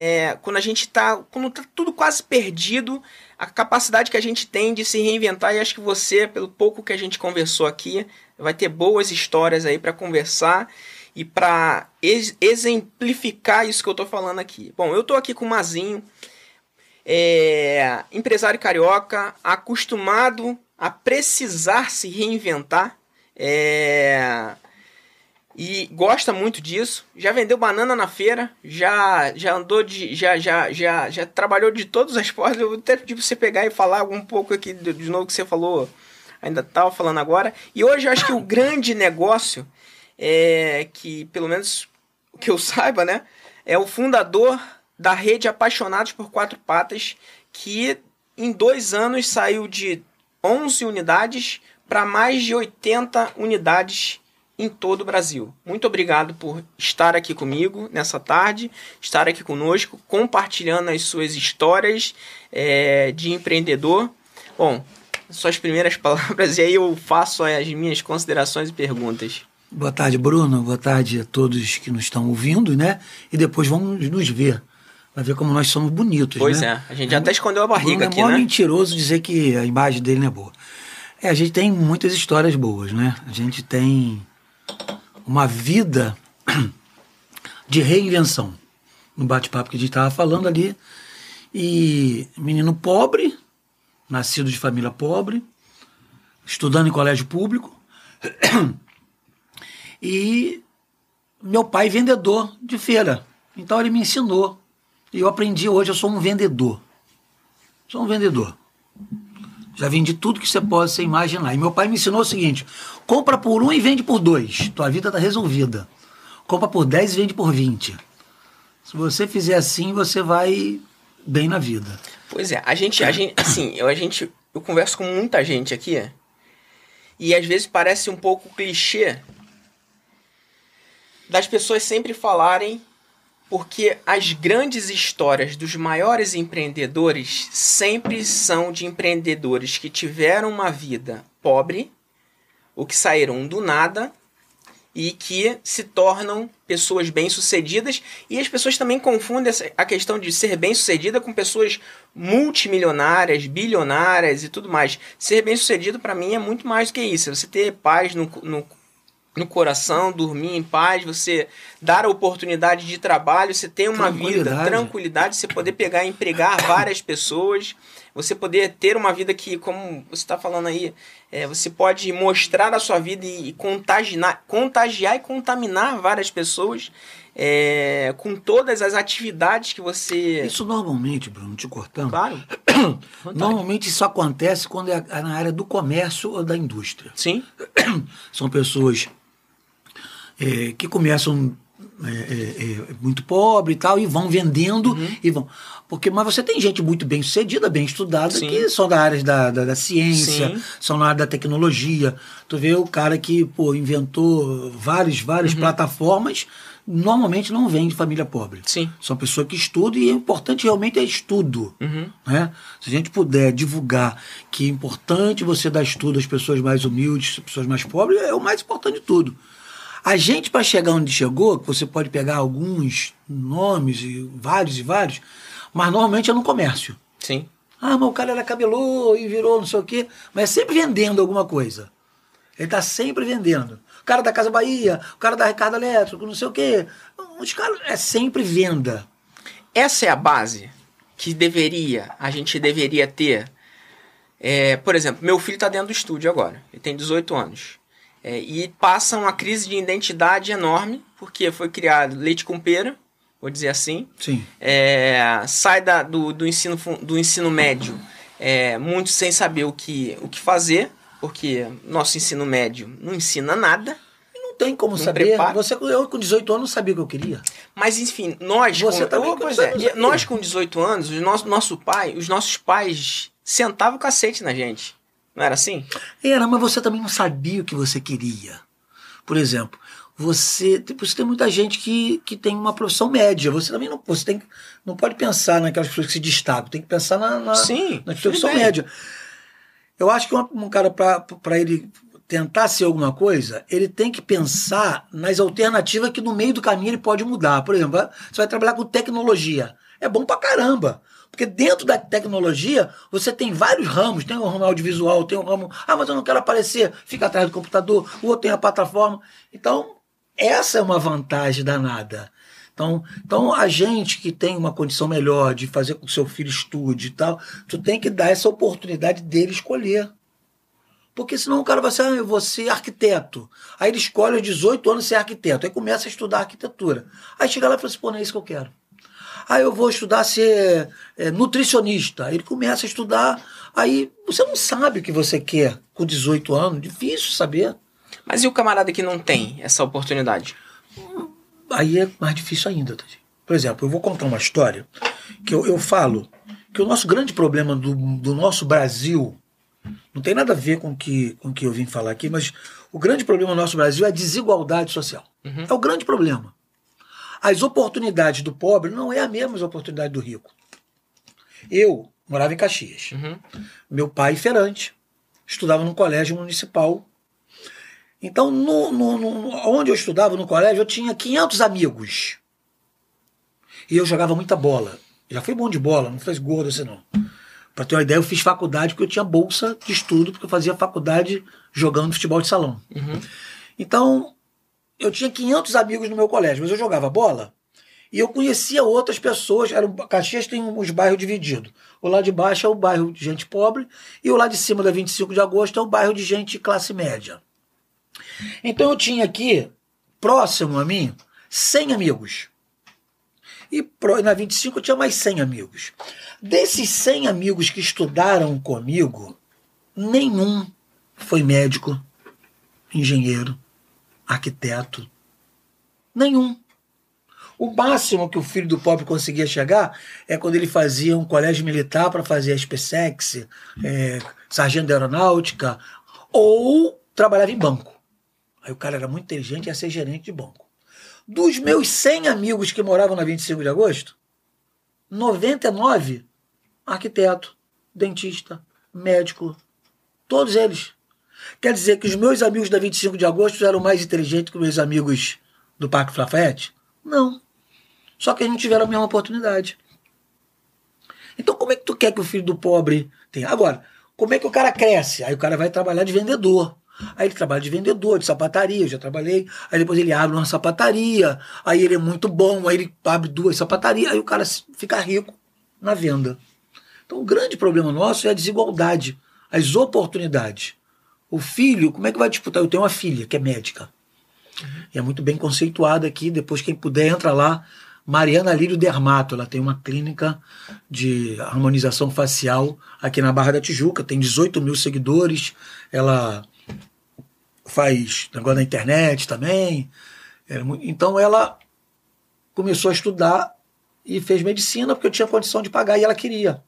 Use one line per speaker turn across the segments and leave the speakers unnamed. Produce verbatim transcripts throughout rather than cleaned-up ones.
É, quando a gente tá, quando tá tudo quase perdido, a capacidade que a gente tem de se reinventar, e acho que você, pelo pouco que a gente conversou aqui, vai ter boas histórias aí para conversar e para ex exemplificar isso que eu tô falando aqui. Bom, eu tô aqui com o Mazinho, é, empresário carioca, acostumado a precisar se reinventar, é, e gosta muito disso. Já vendeu banana na feira, já já andou de já já já já trabalhou de todas as formas. Eu vou até pedir pra você pegar e falar um pouco aqui de, de novo que você falou, ainda estava falando agora. E hoje eu acho que o grande negócio é que, pelo menos o que eu saiba, né, é o fundador da rede Apaixonados por Quatro Patas, que em dois anos saiu de onze unidades para mais de oitenta unidades em todo o Brasil. Muito obrigado por estar aqui comigo nessa tarde, estar aqui conosco, compartilhando as suas histórias é, de empreendedor. Bom, suas primeiras palavras e aí eu faço as minhas considerações e perguntas.
Boa tarde, Bruno. Boa tarde a todos que nos estão ouvindo, né? E depois vamos nos ver. Vai ver como nós somos bonitos,
pois
né?
é, a gente é, até escondeu a barriga aqui,
é mó
né? É
mentiroso dizer que a imagem dele não é boa. É, a gente tem muitas histórias boas, né? A gente tem uma vida de reinvenção. No bate-papo que a gente estava falando ali. E menino pobre, nascido de família pobre, estudando em colégio público. E meu pai vendedor de feira. Então ele me ensinou. E eu aprendi hoje, eu sou um vendedor. Sou um vendedor. Já vendi tudo que você possa imaginar. E meu pai me ensinou o seguinte: compra por um e vende por dois. Tua vida está resolvida. Compra por dez e vende por vinte. Se você fizer assim, você vai bem na vida.
Pois é, a gente, a gente assim, eu, a gente, eu converso com muita gente aqui e às vezes parece um pouco clichê das pessoas sempre falarem, porque as grandes histórias dos maiores empreendedores sempre são de empreendedores que tiveram uma vida pobre, ou que saíram do nada, e que se tornam pessoas bem-sucedidas. E as pessoas também confundem a questão de ser bem-sucedida com pessoas multimilionárias, bilionárias e tudo mais. Ser bem-sucedido, para mim, é muito mais do que isso. Você ter paz no, no no coração, dormir em paz, você dar a oportunidade de trabalho, você ter uma vida, tranquilidade, você poder pegar e empregar várias pessoas, você poder ter uma vida que, como você está falando aí, é, você pode mostrar a sua vida e contagiar, contagiar e contaminar várias pessoas é, com todas as atividades que você...
Isso normalmente, Bruno, te cortando.
Claro.
Normalmente isso acontece quando é na área do comércio ou da indústria.
Sim.
São pessoas é, que começam é, é, muito pobre e tal, e vão vendendo, uhum. e vão... Porque, mas você tem gente muito bem sucedida, bem estudada, Sim. que são da área da, da, da ciência, Sim. são na área da tecnologia. Tu vê o cara que pô, inventou várias, várias uhum. plataformas, normalmente não vem de família pobre.
Sim.
São pessoas que estudam, e o importante realmente é estudo.
Uhum.
Né? Se a gente puder divulgar que é importante você dar estudo às pessoas mais humildes, às pessoas mais pobres, é o mais importante de tudo. A gente, para chegar onde chegou, que você pode pegar alguns nomes, e vários e vários, mas normalmente é no comércio.
Sim.
Ah, mas o cara era cabelô e virou não sei o quê, mas é sempre vendendo alguma coisa. Ele está sempre vendendo. O cara da Casa Bahia, o cara da Ricardo Elétrico, não sei o quê. Os caras, é sempre venda.
Essa é a base que deveria, a gente deveria ter. É, por exemplo, meu filho está dentro do estúdio agora. Ele tem dezoito anos. É, e passa uma crise de identidade enorme, porque foi criado leite com pera, vou dizer assim.
Sim.
É, sai da, do, do, ensino, do ensino médio é, muito sem saber o que, o que fazer, porque nosso ensino médio não ensina nada.
Não tem como não saber. Você, eu com dezoito anos não sabia o que eu queria.
Mas enfim, nós,
Você
com,
também,
eu, pois é, nós com dezoito anos, os nosso, nosso pai, os nossos pais sentavam o cacete na gente. Não era assim?
Era, mas você também não sabia o que você queria. Por exemplo, você, você tem muita gente que, que tem uma profissão média. Você também não, você tem, não pode pensar naquelas pessoas que se destacam. Tem que pensar na, na,
Sim,
na profissão média. Eu acho que um, um cara, para ele tentar ser alguma coisa, ele tem que pensar nas alternativas que no meio do caminho ele pode mudar. Por exemplo, você vai trabalhar com tecnologia. é bom pra caramba. Porque dentro da tecnologia, você tem vários ramos. Tem o ramo audiovisual, tem o ramo... Ah, mas eu não quero aparecer. Fica atrás do computador. O outro tem a plataforma. Então, essa é uma vantagem danada. Então, então, a gente que tem uma condição melhor de fazer com que o seu filho estude e tal, tu tem que dar essa oportunidade dele escolher. Porque senão o cara vai ser, ah, eu vou ser arquiteto. Aí ele escolhe aos dezoito anos ser arquiteto. Aí começa a estudar arquitetura. Aí chega lá e fala assim, pô, não é isso que eu quero. Aí eu vou estudar ser é, nutricionista. Aí ele começa a estudar. Aí você não sabe o que você quer com dezoito anos. Difícil saber.
Mas e o camarada que não tem essa oportunidade?
Aí é mais difícil ainda. Por exemplo, eu vou contar uma história que eu, eu falo que o nosso grande problema do, do nosso Brasil não tem nada a ver com que, o que eu vim falar aqui, mas o grande problema do nosso Brasil é a desigualdade social. Uhum. É o grande problema. As oportunidades do pobre não é a mesma oportunidade do rico. Eu morava em Caxias. Uhum. Meu pai, feirante, estudava num colégio municipal. Então, no, no, no, onde eu estudava, no colégio, eu tinha quinhentos amigos. E eu jogava muita bola. Já fui bom de bola, não fez gordo assim não. Pra ter uma ideia, eu fiz faculdade porque eu tinha bolsa de estudo, porque eu fazia faculdade jogando futebol de salão. Uhum. Então, eu tinha quinhentos amigos no meu colégio, mas eu jogava bola e eu conhecia outras pessoas. Era, Caxias tem os bairros divididos. O lado de baixo é o bairro de gente pobre e o lado de cima da vinte e cinco de agosto é o bairro de gente classe média. Então eu tinha aqui, próximo a mim, cem amigos. E na vinte e cinco eu tinha mais cem amigos. Desses cem amigos que estudaram comigo, nenhum foi médico, engenheiro, arquiteto. Nenhum. O máximo que o filho do pobre conseguia chegar é quando ele fazia um colégio militar para fazer a SpaceX, é, sargento de aeronáutica, ou trabalhava em banco. Aí o cara era muito inteligente e ia ser gerente de banco. Dos meus cem amigos que moravam na vinte e cinco de agosto, noventa e nove arquiteto, dentista, médico, todos eles. Quer dizer que os meus amigos da vinte e cinco de agosto eram mais inteligentes que os meus amigos do Parque Lafayette? Não. Só que eles não tiveram a mesma oportunidade. Então como é que tu quer que o filho do pobre tenha? Agora, como é que o cara cresce? Aí o cara vai trabalhar de vendedor. Aí ele trabalha de vendedor, de sapataria, eu já trabalhei. Aí depois ele abre uma sapataria. Aí ele é muito bom, aí ele abre duas sapatarias. Aí o cara fica rico na venda. Então o grande problema nosso é a desigualdade, as oportunidades. O filho, como é que vai disputar? Eu tenho uma filha que é médica. Uhum. E é muito bem conceituada aqui. Depois quem puder entra lá. Mariana Lírio Dermato, ela tem uma clínica de harmonização facial aqui na Barra da Tijuca, tem dezoito mil seguidores, ela faz negócio na internet também. Então ela começou a estudar e fez medicina porque eu tinha condição de pagar e ela queria.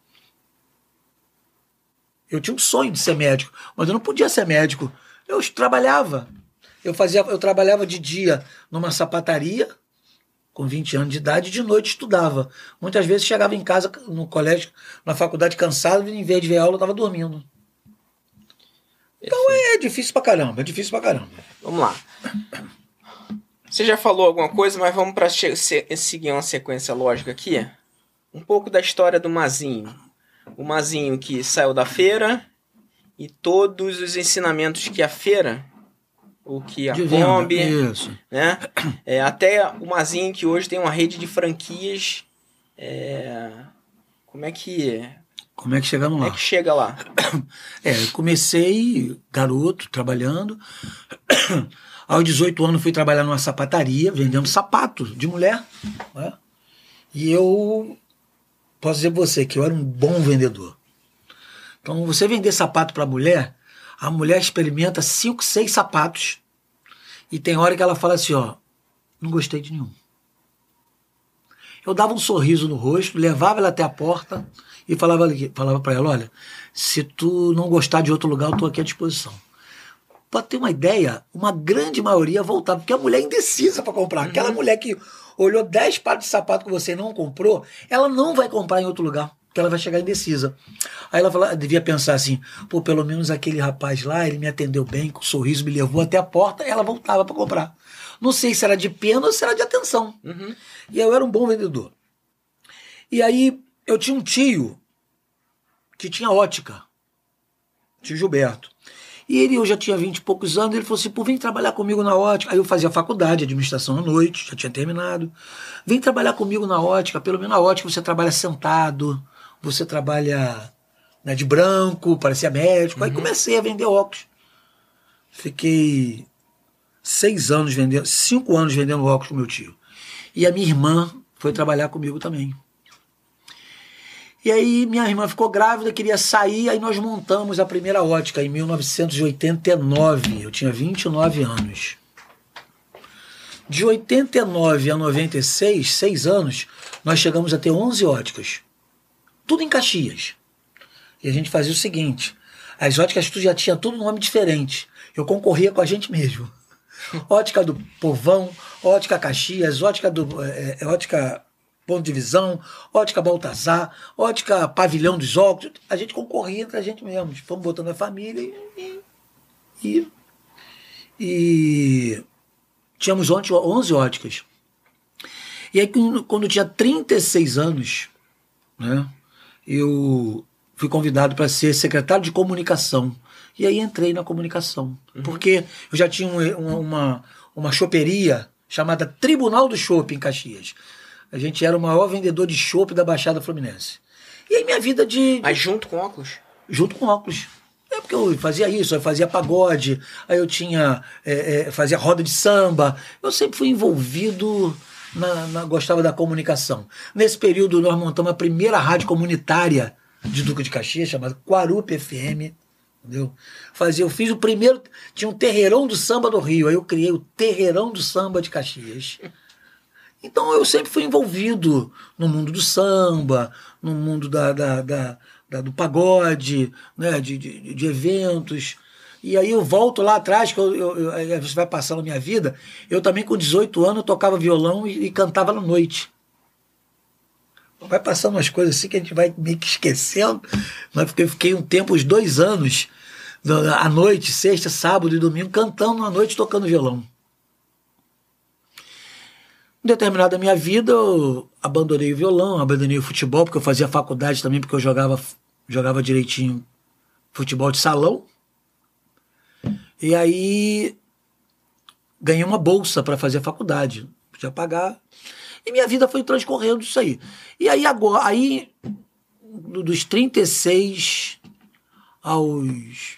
Eu tinha um sonho de ser médico, mas eu não podia ser médico. Eu trabalhava. Eu, fazia, eu trabalhava de dia numa sapataria, com vinte anos de idade, e de noite estudava. Muitas vezes chegava em casa, no colégio, na faculdade, cansado, e em vez de ver aula, eu estava dormindo. Então é difícil pra caramba, é difícil pra caramba.
Vamos lá. Você já falou alguma coisa, mas vamos para seguir uma sequência lógica aqui. Um pouco da história do Mazinho. O Mazinho que saiu da feira e todos os ensinamentos que a feira, o que a Kombi, né? É, até o Mazinho que hoje tem uma rede de franquias. É, como é que...
Como é que chegamos lá?
Como é que chega lá?
É, eu comecei garoto, trabalhando. Aos dezoito anos fui trabalhar numa sapataria, vendendo sapatos de mulher. Né? E eu posso dizer pra você que eu era um bom vendedor. Então, você vender sapato para mulher, a mulher experimenta cinco, seis sapatos e tem hora que ela fala assim, ó, não gostei de nenhum. Eu dava um sorriso no rosto, levava ela até a porta e falava, falava para ela, olha, se tu não gostar de outro lugar, eu estou aqui à disposição. Para ter uma ideia, uma grande maioria voltava, porque a mulher é indecisa para comprar. Uhum. Aquela mulher que olhou dez pares de sapato que você não comprou, ela não vai comprar em outro lugar, porque ela vai chegar indecisa. Aí ela fala, devia pensar assim, pô, pelo menos aquele rapaz lá, ele me atendeu bem, com um sorriso, me levou até a porta, ela voltava para comprar. Não sei se era de pena ou se era de atenção. Uhum. E eu era um bom vendedor. E aí eu tinha um tio que tinha ótica, tio Gilberto. E ele, eu já tinha vinte e poucos anos, ele falou assim, pô, vem trabalhar comigo na ótica. Aí eu fazia faculdade, administração à noite, já tinha terminado. Vem trabalhar comigo na ótica, pelo menos na ótica você trabalha sentado, você trabalha, né, de branco, parecia médico. Uhum. Aí comecei a vender óculos. Fiquei seis anos vendendo, cinco anos vendendo óculos com meu tio. E a minha irmã foi trabalhar comigo também. E aí minha irmã ficou grávida, queria sair, aí nós montamos a primeira ótica em mil novecentos e oitenta e nove. Eu tinha vinte e nove anos. De oitenta e nove a noventa e seis, seis anos, nós chegamos a ter onze óticas. Tudo em Caxias. E a gente fazia o seguinte, as óticas tu já tinha tudo nome diferente. Eu concorria com a gente mesmo. Ótica do Povão, Ótica Caxias, Ótica do... É, ótica... Ponto de Visão, Ótica Baltazar, Ótica Pavilhão dos Óculos. A gente concorria entre a gente mesmo. Fomos botando a família e, e, e tínhamos onze óticas. E aí, quando eu tinha trinta e seis anos, né, eu fui convidado para ser secretário de comunicação. E aí entrei na comunicação. Uhum. Porque eu já tinha uma, uma, uma choperia chamada Tribunal do Chopp em Caxias. A gente era o maior vendedor de chopp da Baixada Fluminense. E aí minha vida de...
Mas junto com óculos?
Junto com óculos. É porque eu fazia isso, eu fazia pagode, aí eu tinha... É, é, fazia roda de samba. Eu sempre fui envolvido, na, na, gostava da comunicação. Nesse período nós montamos a primeira rádio comunitária de Duque de Caxias, chamada Quarupi F M. Entendeu? Fazia, eu fiz o primeiro... Tinha um Terreirão do Samba do Rio, aí eu criei o Terreirão do Samba de Caxias. Então eu sempre fui envolvido no mundo do samba, no mundo da, da, da, da, do pagode, né, de, de, de eventos. E aí eu volto lá atrás, que eu, eu, eu, você vai passando a minha vida, eu também com dezoito anos eu tocava violão e, e cantava na noite. Vai passando umas coisas assim que a gente vai meio que esquecendo, mas porque eu fiquei um tempo, uns dois anos, à noite, sexta, sábado e domingo, cantando na noite, tocando violão. Em determinada minha vida, eu abandonei o violão, abandonei o futebol, porque eu fazia faculdade também, porque eu jogava, jogava direitinho futebol de salão. E aí ganhei uma bolsa para fazer a faculdade, podia pagar. E minha vida foi transcorrendo isso aí. E aí agora, aí dos trinta e seis aos...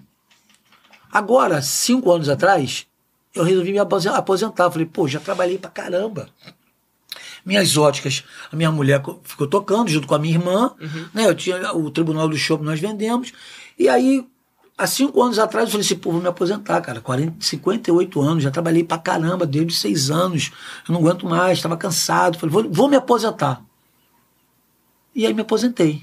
Agora, cinco anos atrás, eu resolvi me aposentar. Falei, pô, já trabalhei pra caramba. Minhas óticas, a minha mulher ficou tocando junto com a minha irmã, uhum. né? Eu tinha o Tribunal do Chopp, nós vendemos. E aí, há cinco anos atrás, eu falei assim, pô, vou me aposentar, cara. quarenta, cinquenta e oito anos, já trabalhei pra caramba, desde seis anos. Eu não aguento mais, estava cansado. Falei, vou, vou me aposentar. E aí me aposentei.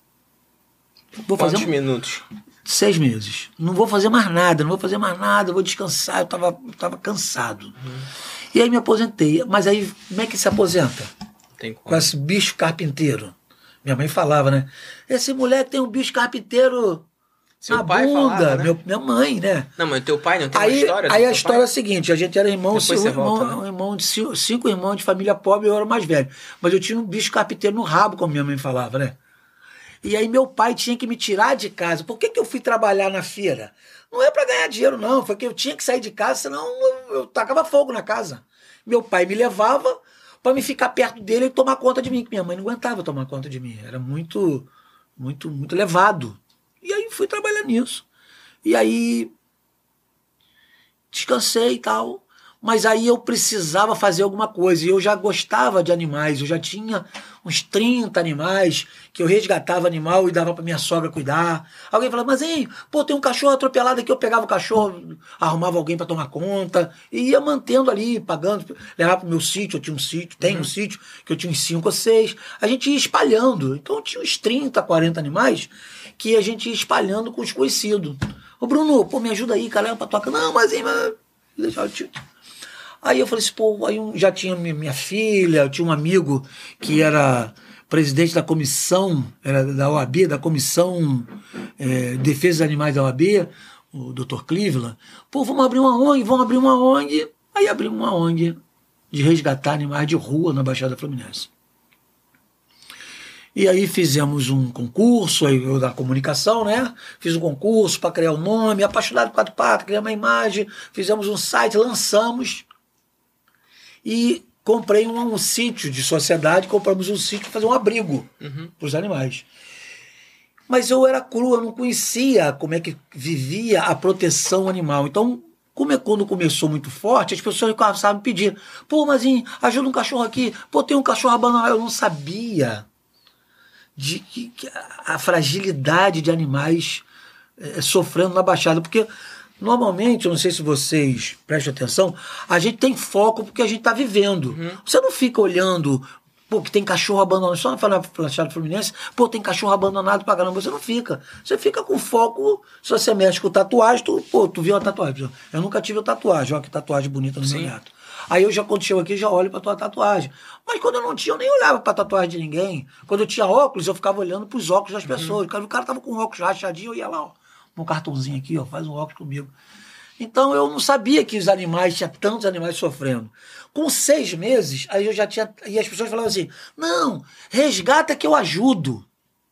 Vou Quantos fazer um... minutos?
Seis meses. Não vou fazer mais nada, não vou fazer mais nada, vou descansar. Eu tava, tava cansado. Uhum. E aí me aposentei. Mas aí, como é que se aposenta?
Tem como.
Com esse bicho carpinteiro. Minha mãe falava, né? Esse moleque tem um bicho carpinteiro
Seu
na
pai
bunda.
falava, né?
Meu, minha mãe, né?
Não, mas teu pai não tem
aí,
uma história?
Aí a história pai? é a seguinte, a gente era irmão, cinco,
volta,
irmão,
né?
irmão de cinco, cinco irmãos de família pobre, eu era o mais velho. Mas eu tinha um bicho carpinteiro no rabo, como minha mãe falava, né? E aí meu pai tinha que me tirar de casa. Por que, que eu fui trabalhar na feira? Não é para ganhar dinheiro, não. Foi que eu tinha que sair de casa, senão eu, eu tacava fogo na casa. Meu pai me levava para me ficar perto dele e tomar conta de mim, que minha mãe não aguentava tomar conta de mim. Era muito, muito, muito levado. E aí fui trabalhar nisso. E aí descansei e tal. Mas aí eu precisava fazer alguma coisa. E eu já gostava de animais. Eu já tinha uns trinta animais que eu resgatava animal e dava para minha sogra cuidar. Alguém falava, mas hein, pô, tem um cachorro atropelado aqui. Eu pegava o cachorro, arrumava alguém para tomar conta. E ia mantendo ali, pagando. Levava pro meu sítio. Eu tinha um sítio, tem uhum. um sítio que eu tinha uns cinco ou seis. A gente ia espalhando. Então eu tinha uns trinta, quarenta animais que a gente ia espalhando com os conhecidos. Ô Bruno, pô, me ajuda aí, cara, pra tua casa. Não, mas hein, mas... Deixa eu te... Aí eu falei assim, pô, aí eu já tinha minha filha, eu tinha um amigo que era presidente da comissão, era da O A B, da comissão é, Defesa dos Animais da O A B, o doutor Cleveland. Pô, vamos abrir uma O N G, vamos abrir uma O N G. Aí abrimos uma O N G de resgatar animais de rua na Baixada Fluminense. E aí fizemos um concurso, aí eu da comunicação, né? Fiz um concurso para criar o um nome, apaixonado por quatro patas, criar uma imagem, fizemos um site, lançamos e comprei um, um sítio de sociedade, compramos um sítio para fazer um abrigo uhum. para os animais. Mas eu era cru, eu não conhecia como é que vivia a proteção animal. Então, como é, quando começou muito forte, as pessoas começavam a me pedir, pô, Mazinho, ajuda um cachorro aqui, pô, tem um cachorro abandonado. Eu não sabia de que, que a, a fragilidade de animais é, sofrendo na Baixada, porque normalmente, eu não sei se vocês prestam atenção, a gente tem foco porque a gente está vivendo. Uhum. Você não fica olhando, pô, que tem cachorro abandonado, só na Baixada Fluminense, pô, tem cachorro abandonado pra caramba, você não fica. Você fica com foco, se você mexe com tatuagem, tu, pô, tu viu a tatuagem. Eu nunca tive tatuagem, olha que tatuagem bonita no Sim. meu neto. Aí eu já, quando chego aqui, já olho pra tua tatuagem. Mas quando eu não tinha, eu nem olhava pra tatuagem de ninguém. Quando eu tinha óculos, eu ficava olhando pros óculos das pessoas. Uhum. O cara tava com óculos rachadinho, eu ia lá, ó, um cartãozinho aqui, ó, faz um óculos comigo. Então eu não sabia que os animais, tinha tantos animais sofrendo. Com seis meses, aí eu já tinha. E as pessoas falavam assim: não, resgata que eu ajudo.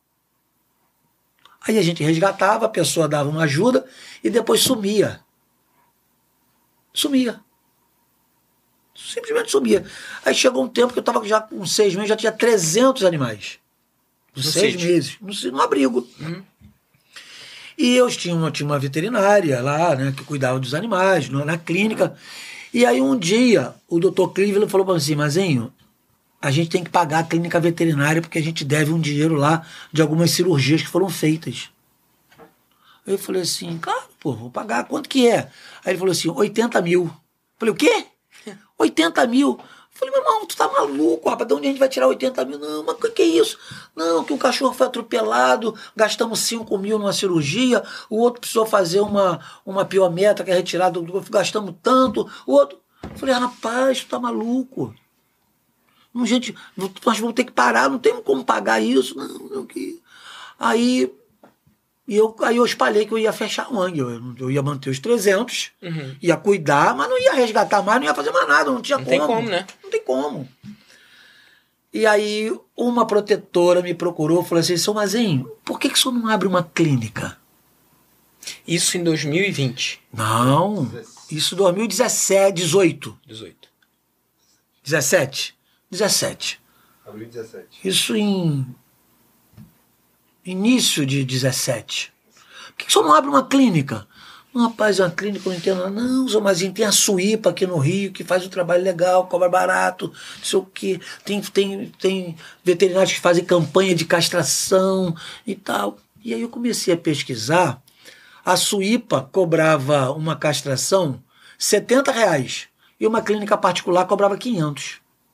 Aí a gente resgatava, a pessoa dava uma ajuda e depois sumia. Sumia. Simplesmente sumia. Aí chegou um tempo que eu estava já com seis meses, já tinha trezentos animais. Com seis sítio. meses. No, no abrigo. Uhum. E eu tinha uma, tinha uma veterinária lá, né, que cuidava dos animais, na clínica. E aí um dia o doutor Cleveland falou para mim assim: Mazinho, a gente tem que pagar a clínica veterinária porque a gente deve um dinheiro lá de algumas cirurgias que foram feitas. Aí eu falei assim: claro, pô, vou pagar. Quanto que é? Aí ele falou assim: oitenta mil. Eu falei: o quê? oitenta mil? Eu falei: meu irmão, tu tá maluco, rapaz, de onde a gente vai tirar oitenta mil? Não, mas o que, que é isso? Não, que o cachorro foi atropelado, gastamos cinco mil numa cirurgia, o outro precisou fazer uma, uma piometra que é retirada, gastamos tanto, o outro... Eu falei: rapaz, tu tá maluco. Não, gente, nós vamos ter que parar, não tem como pagar isso. Não, não que... Aí, eu, aí eu espalhei que eu ia fechar a mangue, eu, eu ia manter os trezentos, uhum. ia cuidar, mas não ia resgatar mais, não ia fazer mais nada, não tinha
não
como.
Não tem como, né?
Não tem como. E aí uma protetora me procurou e falou assim: seu Mazinho, por que, que o senhor não abre uma clínica?
Isso em dois mil e vinte?
Não, isso em dois mil e dezessete, dezoito.
dezoito.
dezessete? dezessete.
Abril dezessete.
Isso em início de dezessete. Por que, que o senhor não abre uma clínica? Não, rapaz, uma clínica eu não entendo. Não, seu Mazinho, tem a Suípa aqui no Rio que faz um trabalho legal, cobra barato, não sei o quê. Tem, tem, tem veterinários que fazem campanha de castração e tal. E aí eu comecei a pesquisar. A Suípa cobrava uma castração setenta reais e uma clínica particular cobrava quinhentos.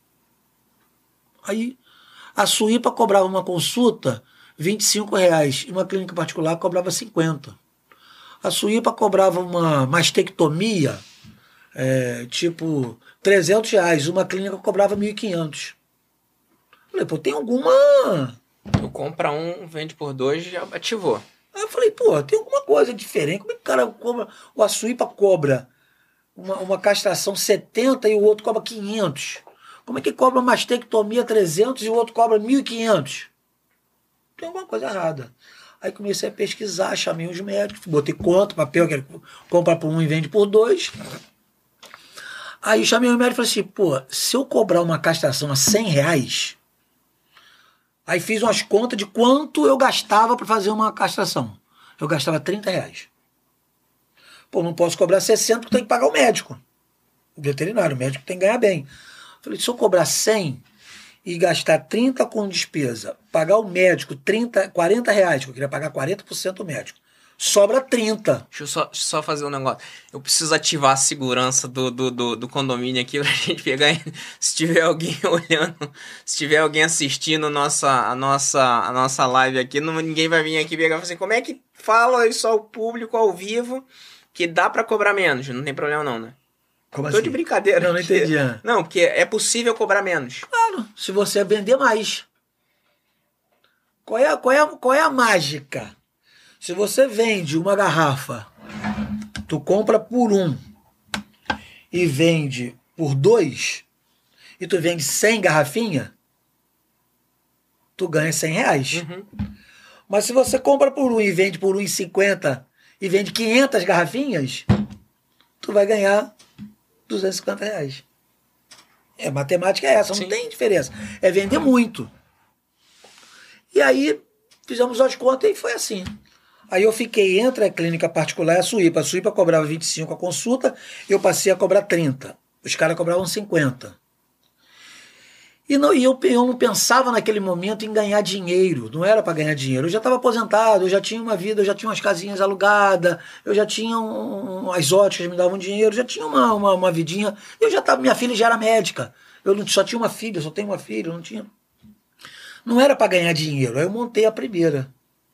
Aí a Suípa cobrava uma consulta vinte e cinco reais e uma clínica particular cobrava cinquenta. A Suípa cobrava uma mastectomia, é, tipo, trezentos reais. Uma clínica cobrava mil e quinhentos. Falei: pô, tem alguma...
Tu compra um, vende por dois, já ativou.
Aí eu falei: pô, tem alguma coisa diferente. Como é que o cara cobra... Ou a Suípa cobra uma, uma castração setenta e o outro cobra quinhentos? Como é que cobra uma mastectomia trezentos e o outro cobra mil e quinhentos? Tem alguma coisa errada. Aí comecei a pesquisar, chamei os médicos, botei conta, papel, que compra por um e vende por dois. Aí chamei o médico e falei assim: pô, se eu cobrar uma castração a cem reais, aí fiz umas contas de quanto eu gastava para fazer uma castração. Eu gastava trinta reais. Pô, não posso cobrar sessenta porque tem que pagar o médico. O veterinário, o médico tem que ganhar bem. Falei: se eu cobrar cem e gastar trinta com despesa, pagar o médico trinta, quarenta reais, que eu queria pagar quarenta por cento do médico, sobra trinta.
Deixa eu só, só fazer um negócio. Eu preciso ativar a segurança do, do, do, do condomínio aqui pra gente pegar. Se tiver alguém olhando, se tiver alguém assistindo nossa, a, nossa, a nossa live aqui, não, ninguém vai vir aqui pegar e falar assim: como é que fala isso ao público, ao vivo, que dá pra cobrar menos? Não tem problema não, né?
Como
Tô
assim?
de brincadeira.
Não, não
porque...
entendi.
Não, porque é possível cobrar menos.
Claro, se você vender mais. Qual é, qual é, qual é a mágica? Se você vende uma garrafa, tu compra por um e vende por dois, e tu vende cem garrafinha, tu ganha cem reais.
Uhum.
Mas se você compra por um e vende por um e cinquenta e vende quinhentas garrafinhas, tu vai ganhar duzentos e cinquenta reais. É, matemática é essa, não
Sim.
tem diferença. É vender muito. E aí, fizemos as contas e foi assim. Aí eu fiquei entre a clínica particular e a Suípa. A Suípa cobrava vinte e cinco a consulta, eu passei a cobrar trinta. Os caras cobravam cinquenta. E, não, e eu, eu não pensava naquele momento em ganhar dinheiro. Não era para ganhar dinheiro. Eu já estava aposentado, eu já tinha uma vida, eu já tinha umas casinhas alugadas, eu já tinha um, um, as óticas me davam dinheiro, já tinha uma, uma, uma vidinha. Eu já tava, minha filha já era médica. Eu não, só tinha uma filha, só tenho uma filha, eu não tinha. Não era para ganhar dinheiro. Aí eu montei a primeira.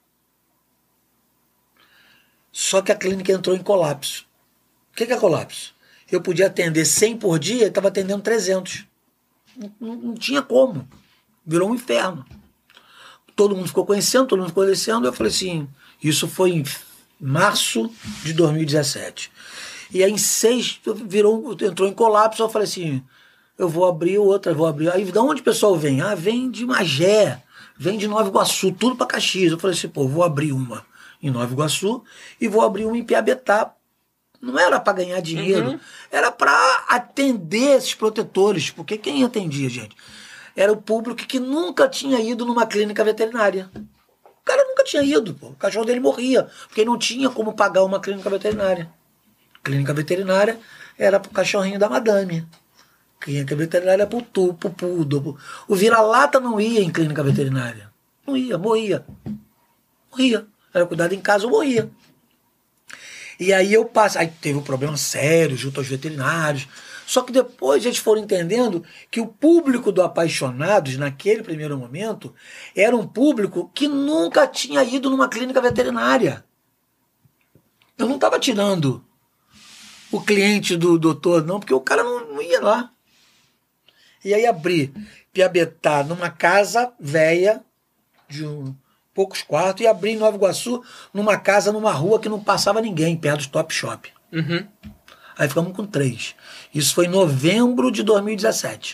Só que a clínica entrou em colapso. O que é colapso? Eu podia atender cem por dia e estava atendendo trezentos. Não, não, não tinha como. Virou um inferno. Todo mundo ficou conhecendo, todo mundo ficou conhecendo. Eu falei assim, isso foi em março de dois mil e dezessete. E aí em seis, virou, entrou em colapso. Eu falei assim, eu vou abrir outra, vou abrir. Aí de onde o pessoal vem? Ah, vem de Magé, vem de Nova Iguaçu, tudo para Caxias. Eu falei assim, pô, vou abrir uma em Nova Iguaçu e vou abrir uma em Piabetá. Não era para ganhar dinheiro, uhum. Era para atender esses protetores, porque quem atendia, gente? Era o público que nunca tinha ido numa clínica veterinária. O cara nunca tinha ido, pô. O cachorro dele morria, porque não tinha como pagar uma clínica veterinária. Clínica veterinária era pro cachorrinho da madame. Clínica veterinária era pro tu, pro pudo. O vira-lata não ia em clínica veterinária. Não ia, morria. Morria. Era cuidado em casa, eu morria. E aí eu passei, aí teve um problema sério junto aos veterinários. Só que depois eles foram entendendo que o público do Apaixonados, naquele primeiro momento, era um público que nunca tinha ido numa clínica veterinária. Eu não estava tirando o cliente do doutor, não, porque o cara não, não ia lá. E aí abri Piabetá numa casa velha, de um poucos quartos, e abri em Nova Iguaçu numa casa, numa rua que não passava ninguém, perto do Top Shop.
Uhum.
Aí ficamos com três. Isso foi em novembro de dois mil e dezessete.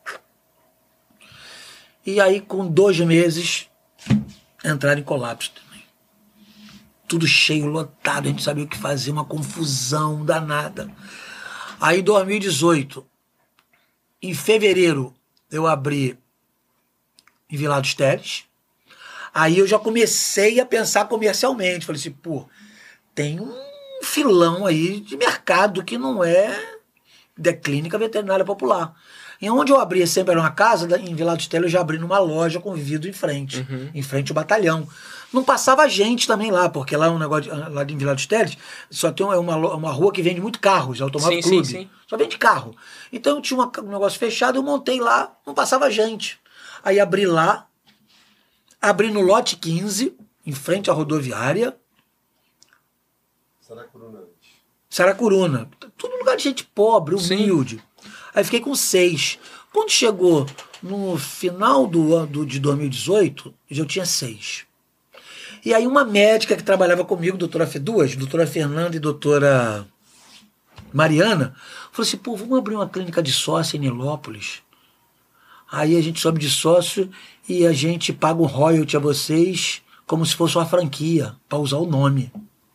E aí, com dois meses, entraram em colapso também. Tudo cheio, lotado, a gente sabia o que fazer, uma confusão danada. Aí, em dois mil e dezoito, em fevereiro, eu abri em Vila dos Teles. Aí eu já comecei a pensar comercialmente. Falei assim, pô, tem um filão aí de mercado que não é da clínica veterinária popular. E onde eu abria sempre era uma casa, em Vila dos Teles eu já abri numa loja com vidro em frente, uhum. Em frente ao batalhão. Não passava gente também lá, porque lá é um negócio, de, lá em Vila dos Teles, só tem uma, uma rua que vende muito carros, Automóvel
sim,
Clube.
Sim, sim.
Só vende carro. Então eu tinha uma, um negócio fechado, eu montei lá, não passava gente. Aí abri lá, abri no lote quinze, em frente à rodoviária.
Saracuruna.
Saracuruna. Tudo lugar de gente pobre, humilde. Sim. Aí fiquei com seis. Quando chegou no final do ano de dois mil e dezoito, eu tinha seis. E aí uma médica que trabalhava comigo, doutora F, duas, doutora Fernanda e doutora Mariana, falou assim, pô, vamos abrir uma clínica de sócio em Nilópolis. Aí a gente sobe de sócio e a gente paga um royalty a vocês como se fosse uma franquia, para usar o nome.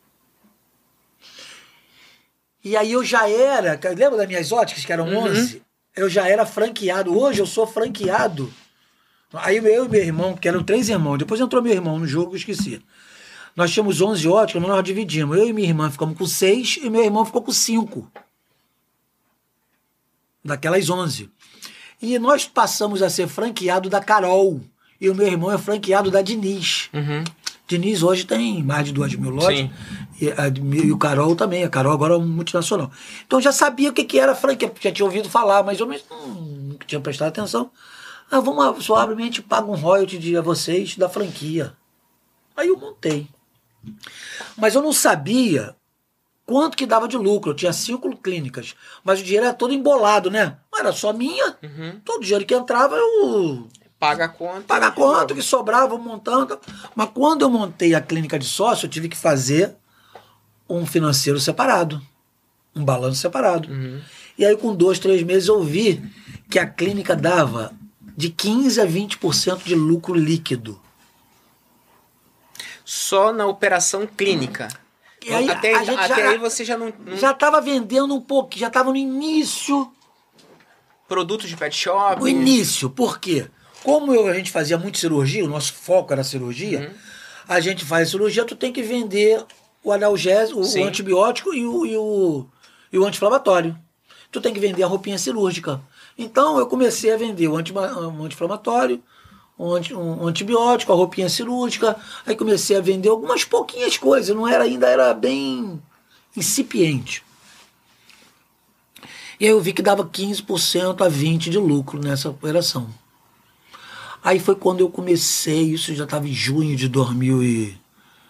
E aí eu já era, lembra das minhas óticas, que eram uhum. onze? Eu já era franqueado. Hoje eu sou franqueado. Aí eu e meu irmão, que eram três irmãos, depois entrou meu irmão no jogo, eu esqueci. Nós tínhamos onze óticas, mas nós dividimos. Eu e minha irmã ficamos com seis e meu irmão ficou com cinco. Daquelas onze. E nós passamos a ser franqueado da Carol. E o meu irmão é franqueado da Diniz.
Uhum.
Diniz hoje tem mais de duas mil lojas. E, a, e o Carol também. A Carol agora é um multinacional. Então eu já sabia o que, que era franquia, já tinha ouvido falar, mas eu não, não tinha prestado atenção. Ah, vamos, só abre a gente paga um royalty de, a vocês da franquia. Aí eu montei. Mas eu não sabia quanto que dava de lucro. Eu tinha cinco clínicas, mas o dinheiro era todo embolado, né? Não era só minha. Uhum. Todo o dinheiro que entrava eu...
Paga a conta.
Paga a conta, que sobrava, vou montando. Mas quando eu montei a clínica de sócio, eu tive que fazer um financeiro separado. Um balanço separado. Uhum. E aí com dois, três meses eu vi que a clínica dava de quinze a vinte por cento de lucro líquido.
Só na operação clínica.
E aí,
até
a gente
até
já,
aí você já não... não...
Já estava vendendo um pouco, já estava no início.
Produtos de pet shop.
O início, por quê? Como eu, a gente fazia muito cirurgia, o nosso foco era cirurgia, uhum. a gente faz cirurgia, tu tem que vender o analgésico, o, o antibiótico e o, e o, e o anti-inflamatório. Tu tem que vender a roupinha cirúrgica. Então eu comecei a vender o anti, um anti-inflamatório, um, anti, um antibiótico, a roupinha cirúrgica, aí comecei a vender algumas pouquinhas coisas, não era, ainda era bem incipiente. E aí eu vi que dava quinze por cento a vinte por cento de lucro nessa operação. Aí foi quando eu comecei, isso já estava em junho de dois mil e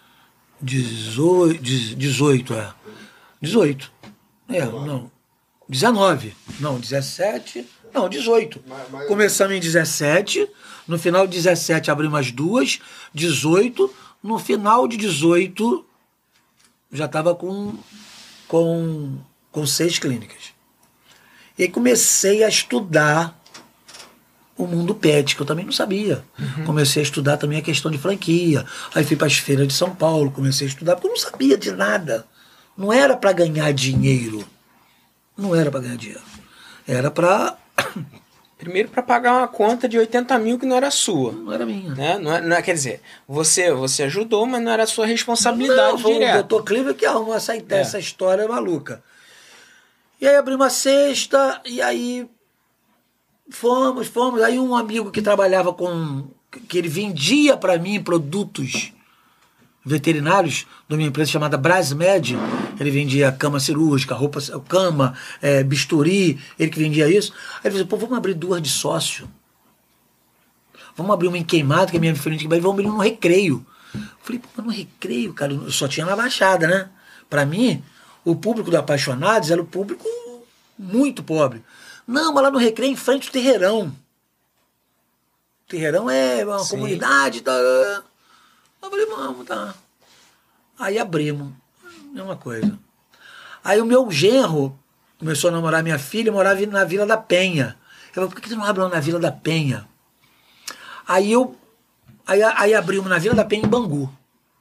dezoito, é. dezoito. É, não. dezenove. Não, dezessete. Não, dezoito. Mas, mas... Começamos em dezessete. No final de dezessete abrimos as duas. dezoito. No final de dezoito já estava com, com, com seis clínicas. E aí comecei a estudar o mundo pet, que eu também não sabia. Uhum. Comecei a estudar também a questão de franquia. Aí fui para as feiras de São Paulo, comecei a estudar, porque eu não sabia de nada. Não era para ganhar dinheiro. Não era para ganhar dinheiro. Era para...
Primeiro para pagar uma conta de oitenta mil que não era sua.
Não era minha.
Né? Não, é, não é, quer dizer, você, você ajudou, mas não era sua responsabilidade
não, foi
direta.
o doutor Cleaver que arrumou essa, é. essa história maluca. E aí abri uma cesta, e aí fomos, fomos. Aí um amigo que trabalhava com... que ele vendia para mim produtos veterinários de uma empresa chamada Brasmed. Ele vendia cama cirúrgica, roupa, cama, é, bisturi, ele que vendia isso. Aí ele falou, pô, vamos abrir duas de sócio. Vamos abrir uma em Queimado, que é minha frente, e vamos abrir no Recreio. Eu falei, pô, no Recreio, cara, eu só tinha na Baixada, né? Para mim, o público do Apaixonados era o público muito pobre. Não, mas lá no Recreio, em frente ao Terreirão. O Terreirão é uma Sim. comunidade, tá... Eu falei, vamos, tá. Aí abrimos. Mesma coisa. Aí o meu genro começou a namorar minha filha e morava na Vila da Penha. Eu falei, por que você não abre na Vila da Penha? Aí eu. Aí, aí abrimos na Vila da Penha em Bangu.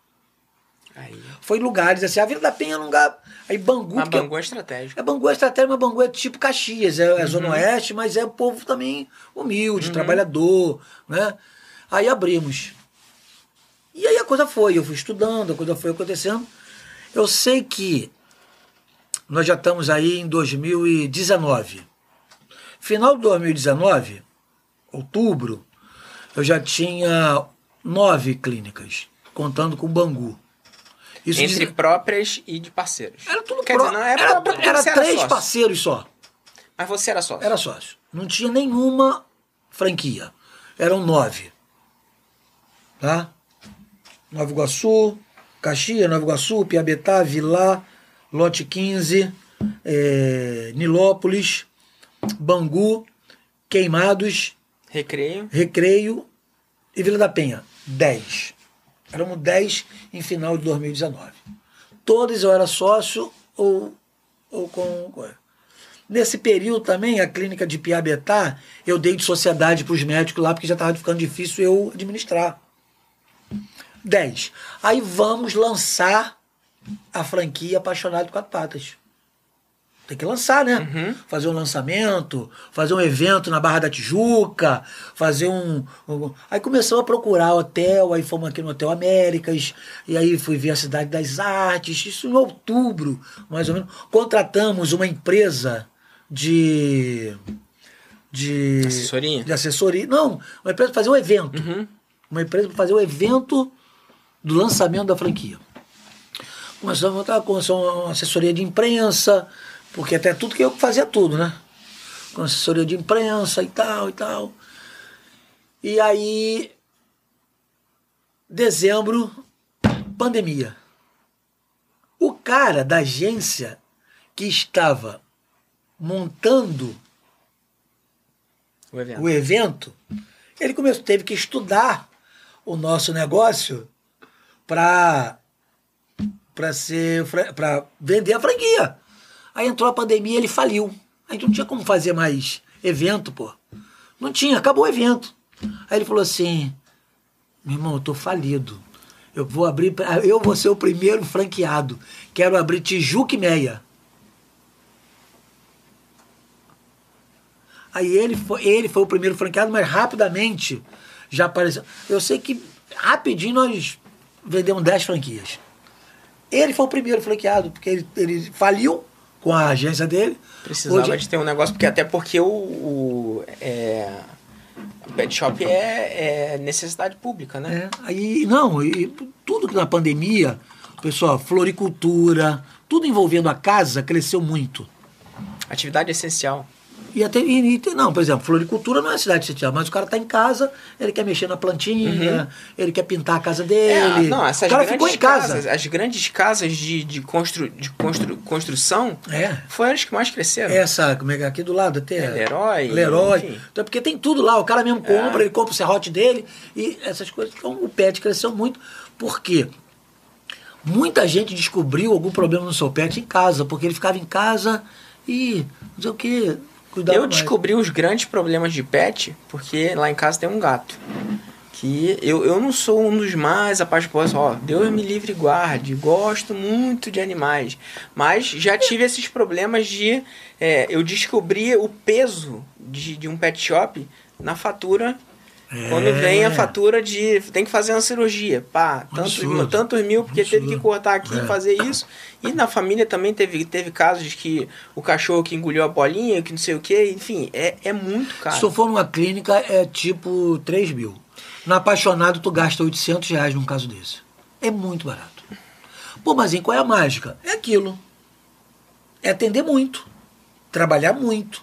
Aí. Foi lugares assim. A Vila da Penha é um lugar. Aí Bangu.
Mas Bangu é estratégico.
É Bangu é estratégico, mas Bangu é tipo Caxias. É, é uhum. Zona Oeste, mas é o povo também humilde, uhum. trabalhador, né? Aí abrimos. E aí a coisa foi, eu fui estudando, a coisa foi acontecendo. Eu sei que nós já estamos aí em dois mil e dezenove. Final de dois mil e dezenove, outubro, eu já tinha nove clínicas, contando com Bangu.
Isso Entre diz... próprias e de parceiros.
Era tudo
Quer
pró...
dizer, não era,
era,
própria,
era três
era
parceiros só.
Mas você era sócio?
Era sócio. Não tinha nenhuma franquia. Eram nove. Tá? Nova Iguaçu, Caxias, Nova Iguaçu, Piabetá, Vilá, Lote quinze, é, Nilópolis, Bangu, Queimados,
Recreio.
Recreio e Vila da Penha. Dez. Éramos dez em final de dois mil e dezenove. Todos eu era sócio ou, ou com... Nesse período também, a clínica de Piabetá, eu dei de sociedade para os médicos lá, porque já estava ficando difícil eu administrar. dez. Aí vamos lançar a franquia Apaixonado de Quatro Patas. Tem que lançar, né? Uhum. Fazer um lançamento, fazer um evento na Barra da Tijuca, fazer um... um... Aí começamos a procurar hotel, aí fomos aqui no Hotel Américas, e aí fui ver a Cidade das Artes, isso em outubro, mais ou menos. Contratamos uma empresa de... de
assessoria?
De assessoria. Não, uma empresa para fazer um evento.
Uhum.
Uma empresa para fazer o evento do lançamento da franquia. Começamos a montar com uma assessoria de imprensa, porque até tudo que eu fazia tudo, né? Com assessoria de imprensa e tal, e tal. E aí, dezembro, pandemia. O cara da agência que estava montando
o evento,
o evento ele começou, teve que estudar o nosso negócio para para ser para vender a franquia. Aí entrou a pandemia, ele faliu. A gente não tinha como fazer mais evento, pô. Não tinha, acabou o evento. Aí ele falou assim, meu irmão, eu tô falido. Eu vou abrir, eu vou ser o primeiro franqueado. Quero abrir Tijuca e Meia. Aí ele foi, ele foi o primeiro franqueado, mas rapidamente já apareceu. Eu sei que rapidinho nós vendemos dez franquias. Ele foi o primeiro franqueado, porque ele, ele faliu com a agência dele.
Precisava
Hoje,
de ter um negócio, porque até porque o, o, é, o pet shop é, é necessidade pública, né?
É, aí, não, e tudo que na pandemia, pessoal, floricultura, tudo envolvendo a casa cresceu muito.
Atividade essencial.
E até, e, e, não, por exemplo, floricultura não é cidade essencial, mas o cara tá em casa, ele quer mexer na plantinha, uhum. ele quer pintar a casa dele.
É, não, essas
o cara
grandes
ficou em casa.
Casas, as grandes casas de, de, constru, de constru, construção
é.
foram as que mais cresceram.
Essa, como é que é aqui do lado até?
É, Leroy.
Leroy. Enfim. Então, porque tem tudo lá, o cara mesmo compra, é. ele compra o serrote dele e essas coisas. Então o pet cresceu muito. Por quê? Muita gente descobriu algum problema no seu pet em casa, porque ele ficava em casa e não sei o quê.
Eu mais. descobri os grandes problemas de pet porque lá em casa tem um gato. Que eu, eu não sou um dos mais apaixonados, ó, Deus me livre e guarde, gosto muito de animais. Mas já tive esses problemas de... É, eu descobri o peso de, de um pet shop na fatura. É. Quando vem a fatura de... Tem que fazer uma cirurgia. Pá, tantos mil, tantos mil, porque Absurdo. teve que cortar aqui e é. fazer isso. E na família também teve, teve casos que o cachorro que engoliu a bolinha, que não sei o que. Enfim, é, é muito caro.
Se tu for numa clínica, é tipo três mil. No Apaixonado, tu gasta oitocentos reais num caso desse. É muito barato. Pô, mas em qual é a mágica? É aquilo. É atender muito. Trabalhar muito.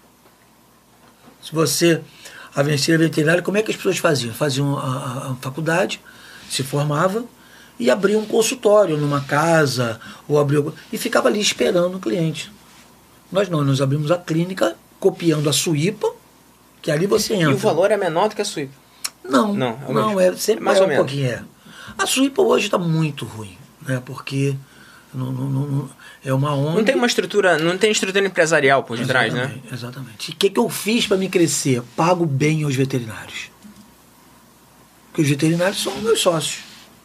Se você... A medicina veterinária, como é que as pessoas faziam? Faziam a, a, a faculdade, se formavam e abriam um consultório numa casa, ou abriam, e ficava ali esperando o cliente. Nós não, nós abrimos a clínica copiando a Suípa, que ali você entra.
E o valor é menor do que a Suípa?
Não, não, é, não, é sempre mais, mais ou um pouquinho. É. A Suípa hoje está muito ruim, né? Porque não, não, não, é uma onda.
Não tem uma estrutura, não tem estrutura empresarial por detrás, né?
Exatamente. E o que, que eu fiz para me crescer? Pago bem aos veterinários. Porque os veterinários são meus sócios.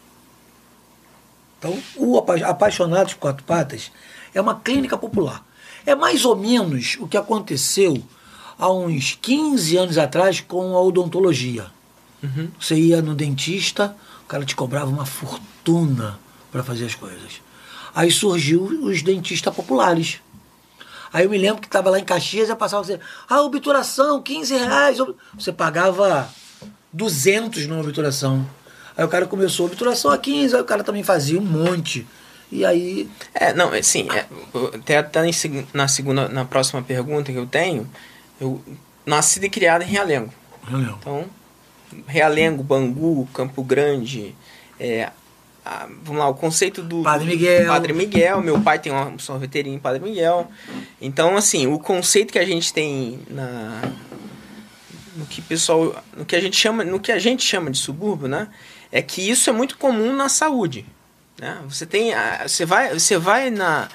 Então, o Apaixonados por Quatro Patas é uma clínica popular. É mais ou menos o que aconteceu há uns quinze anos atrás com a odontologia. Uhum. Você ia no dentista, o cara te cobrava uma fortuna para fazer as coisas. Aí surgiu os dentistas populares. Aí eu me lembro que estava lá em Caxias e passava assim, ah, obturação, quinze reais. Você pagava duzentos numa obturação. Aí o cara começou a obturação a quinze, aí o cara também fazia um monte. E aí...
É, não, assim, é, até, até na, segunda, na próxima pergunta que eu tenho, eu nasci e criado em Realengo.
Realengo.
Então, Realengo, Bangu, Campo Grande... É, a, vamos lá, o conceito do
Padre Miguel.
Padre Miguel. Meu pai tem uma sorveteria em Padre Miguel. Então, assim, o conceito que a gente tem na... No que, pessoal, no que a gente chama, no que a gente chama de subúrbio, né? É que isso é muito comum na saúde. Né? Você tem, você vai, você vai na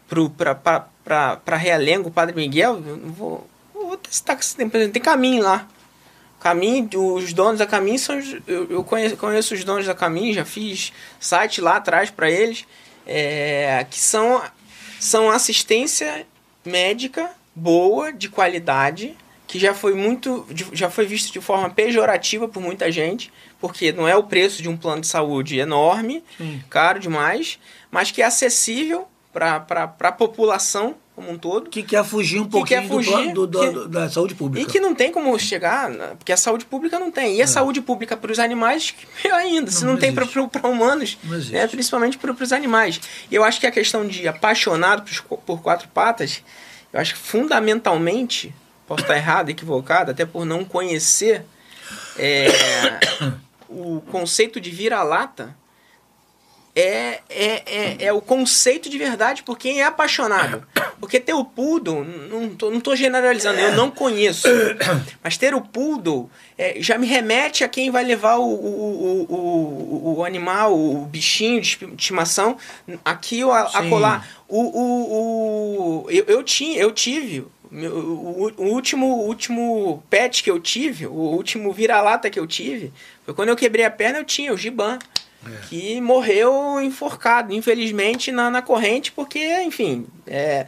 para Realengo, Padre Miguel, eu vou, vou testar que tem, tem Caminho lá. Caminho, os donos da Caminho são, eu, eu conheço, conheço os donos da Caminho, já fiz site lá atrás para eles, é, que são, são assistência médica boa, de qualidade, que já foi muito, já foi visto de forma pejorativa por muita gente, porque não é o preço de um plano de saúde enorme, Sim. caro demais, mas que é acessível para a população como um todo.
Que quer fugir um pouquinho quer fugir, do, do,
que,
do, da saúde pública.
E que não tem como chegar, porque a saúde pública não tem. E a é. saúde pública para os animais, pior ainda, não, se não, não tem para humanos, né, principalmente para os animais. E eu acho que a questão de apaixonado por, por quatro patas, eu acho que fundamentalmente, posso estar errado, equivocado, até por não conhecer é, o conceito de vira-lata, é, é, é, é o conceito de verdade por quem é apaixonado. Porque ter o poodle, não tô, não tô generalizando, eu não conheço, mas ter o poodle é, já me remete a quem vai levar o, o, o, o, o animal, o bichinho de estimação aqui ou a, a colar. O, o, o, eu, eu, tinha, eu tive Meu, o, o, último, o último pet que eu tive, o último vira-lata que eu tive, foi quando eu quebrei a perna, eu tinha o Giban. É. Que morreu enforcado, infelizmente, na, na corrente, porque, enfim, é,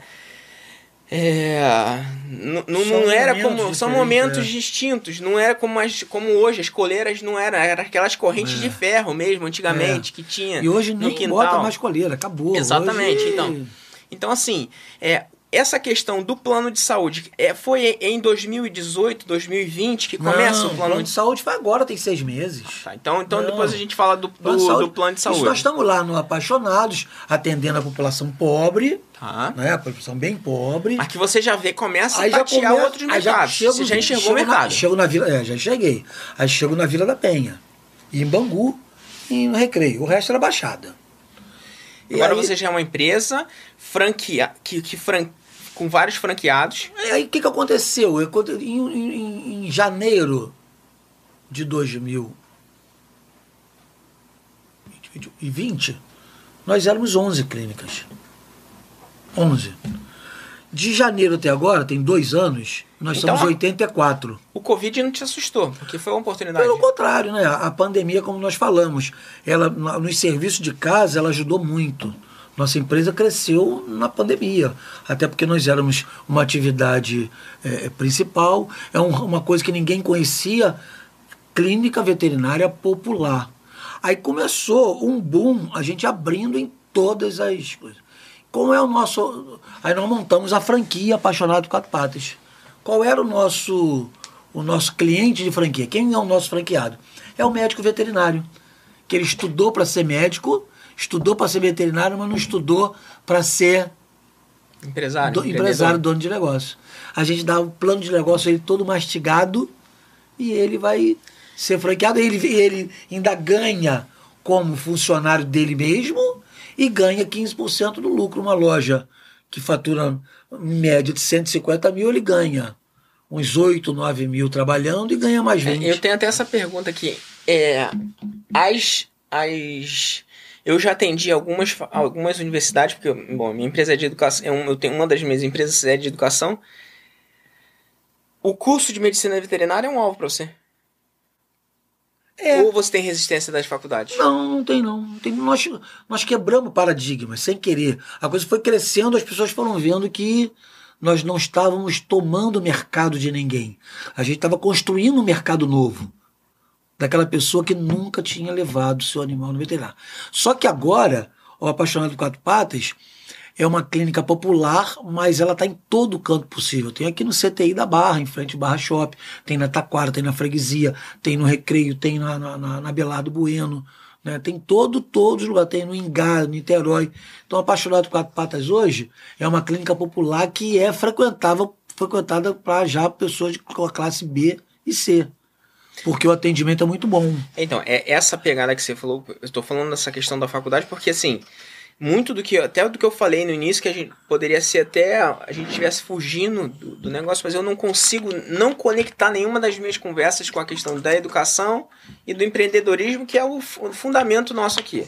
é, não era como. São momentos é. distintos, não era como, as, como hoje, as coleiras não eram, eram aquelas correntes é. de ferro mesmo, antigamente, é. que tinha.
E hoje nem quintal. Bota mais coleira, acabou.
Exatamente,
hoje...
então. Então, assim, é. Essa questão do plano de saúde, é, foi em dois mil e dezoito, dois mil e vinte que começa
não,
o plano...
plano de saúde foi agora, tem seis meses.
Tá, então então depois a gente fala do plano, do, de, saúde, do plano de saúde.
Isso nós estamos lá no Apaixonados, atendendo a população pobre,
tá.
né, a população bem pobre.
Mas que você já vê, começa
aí
a tatear
começa,
outros mercados. Já chego, você já enxergou o mercado.
Na, chego na Vila, é, já cheguei. Aí chego na Vila da Penha, e em Bangu, e no Recreio. O resto era Baixada.
E agora aí, você já é uma empresa franquia, que, que franquia, com vários franqueados.
E aí o que, que aconteceu? Eu, em, em, em janeiro de dois mil e vinte, nós éramos onze clínicas. onze. De janeiro até agora, tem dois anos, nós então, somos oitenta e quatro.
O Covid não te assustou, porque foi uma oportunidade.
Pelo contrário, né? A pandemia, como nós falamos, ela, nos serviços de casa, ela ajudou muito. Nossa empresa cresceu na pandemia, até porque nós éramos uma atividade é, principal, é um, uma coisa que ninguém conhecia, clínica veterinária popular. Aí começou um boom, a gente abrindo em todas as coisas. Como é o nosso... Aí nós montamos a franquia Apaixonado Quatro Patas. Qual era o nosso, o nosso cliente de franquia? Quem é o nosso franqueado? É o médico veterinário, que ele estudou para ser médico, estudou para ser veterinário, mas não estudou para ser
empresário,
do, empresário, dono de negócio. A gente dá o plano de negócio ele todo mastigado e ele vai ser franqueado. Ele, ele ainda ganha como funcionário dele mesmo e ganha quinze por cento do lucro. Uma loja que fatura em média de cento e cinquenta mil, ele ganha uns oito, nove mil trabalhando e ganha mais vinte.
É, eu tenho até essa pergunta aqui. É, as... as Eu já atendi algumas, algumas universidades, porque bom, minha empresa é de educação, eu tenho uma das minhas empresas é de educação. O curso de medicina veterinária é um alvo para você? É. Ou você tem resistência das faculdades?
Não, não tem não. Não tem, nós, nós quebramos paradigmas, sem querer. A coisa foi crescendo, as pessoas foram vendo que nós não estávamos tomando o mercado de ninguém. A gente estava construindo um mercado novo. Daquela pessoa que nunca tinha levado o seu animal no veterinário. Só que agora, o Apaixonado Quatro Patas é uma clínica popular, mas ela está em todo canto possível. Tem aqui no C T I da Barra, em frente ao Barra Shopping, tem na Taquara, tem na Freguesia, tem no Recreio, tem na, na, na Belardo Bueno, né? Tem todo, todos os lugares, tem no Ingá, no Niterói. Então, o Apaixonado Quatro Patas hoje é uma clínica popular que é frequentável, frequentada para já pessoas de classe B e C. Porque o atendimento é muito bom.
Então, é essa pegada que você falou, eu estou falando dessa questão da faculdade, porque assim, muito do que, até do que eu falei no início, que a gente poderia ser até, a gente estivesse fugindo do, do negócio, mas eu não consigo não conectar nenhuma das minhas conversas com a questão da educação e do empreendedorismo, que é o, o fundamento nosso aqui.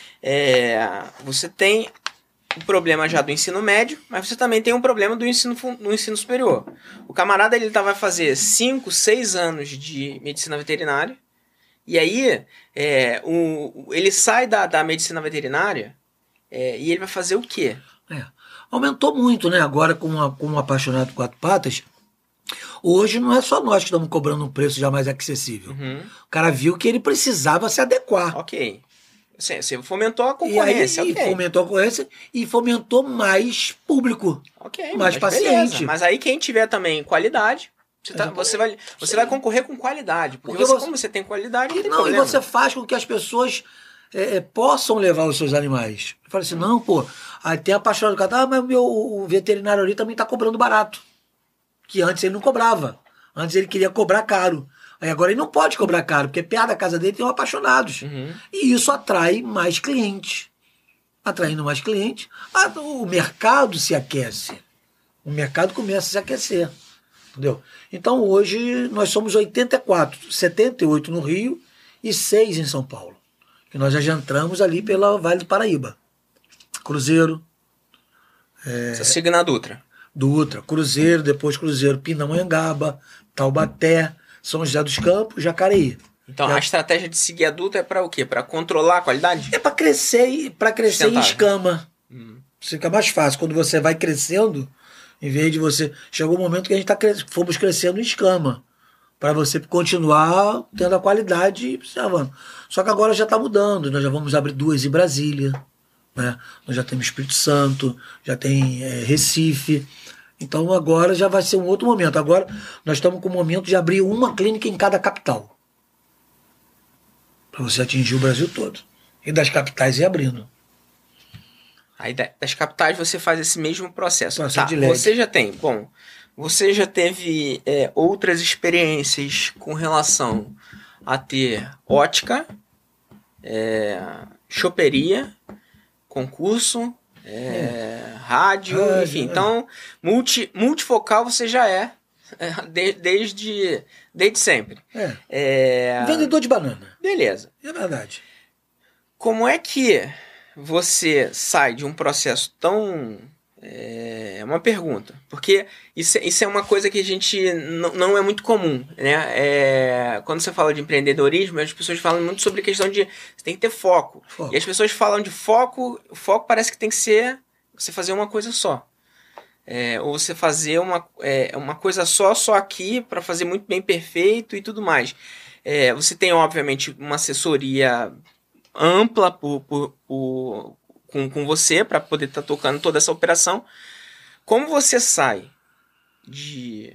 É, você tem o problema já do ensino médio, mas você também tem um problema do ensino, do ensino superior. O camarada ele tá, vai fazer cinco, seis anos de medicina veterinária, e aí é, o, ele sai da, da medicina veterinária é, e ele vai fazer o quê?
É, aumentou muito, né? Agora com o com Apaixonado Quatro Patas, hoje não é só nós que estamos cobrando um preço já mais acessível. Uhum. O cara viu que ele precisava se adequar.
Ok. Você fomentou a concorrência.
E aí, okay. fomentou a concorrência e fomentou mais público.
Ok,
mais
mas
paciente.
Beleza. Mas aí quem tiver também qualidade, você, tá, você, vai, você vai concorrer com qualidade. Porque, porque você, você, como você tem qualidade, não tem
não,
problema.
E você faz com que as pessoas é, possam levar os seus animais. Eu falei assim, não, pô, aí tem apaixonado do cara, ah, mas meu, o veterinário ali também está cobrando barato. Que antes ele não cobrava. Antes ele queria cobrar caro. Aí agora ele não pode cobrar caro, porque perto da casa dele tem um Apaixonados. Uhum. E isso atrai mais clientes. Atraindo mais clientes, o mercado se aquece. O mercado começa a se aquecer. Entendeu? Então hoje nós somos oitenta e quatro, setenta e oito no Rio e seis em São Paulo. Que nós já entramos ali pela Vale do Paraíba. Cruzeiro.
É... Você siga na Dutra.
Dutra, Cruzeiro, depois Cruzeiro, Pindamonhangaba, Taubaté, São José dos Campos, Jacareí.
Então,
Já...
a estratégia de seguir a Dutra é para o quê? Para controlar a qualidade?
É para crescer, para crescer em escama.
Hum.
Fica mais fácil. Quando você vai crescendo, em vez de você... Chegou o um momento que a gente tá cres... fomos crescendo em escama. Para você continuar tendo a qualidade e observando. Só que agora já está mudando. Nós já vamos abrir duas em Brasília. Né? Nós já temos Espírito Santo, já tem é, Recife. Então agora já vai ser um outro momento. Agora nós estamos com o momento de abrir uma clínica em cada capital. Para você atingir o Brasil todo. E das capitais ir abrindo.
Aí das capitais você faz esse mesmo processo.
Processo
tá,
de leque.
Você já tem, bom, você já teve é, outras experiências com relação a ter ótica, é, choperia, concurso, é, rádio,
rádio,
enfim.
é.
Então, multi, multifocal você já é, é de, desde, desde sempre.
É.
É,
Vendedor de banana.
Beleza.
É verdade.
Como é que você sai de um processo tão... É uma pergunta, porque isso, isso é uma coisa que a gente não, não é muito comum, né? É, quando você fala de empreendedorismo, as pessoas falam muito sobre a questão de você tem que ter foco. foco. E as pessoas falam de foco, foco parece que tem que ser você fazer uma coisa só. É, ou você fazer uma, é, uma coisa só, só aqui, para fazer muito bem perfeito e tudo mais. É, você tem, obviamente, uma assessoria ampla por, por, por Com, com você, para poder estar tá tocando toda essa operação. Como você sai de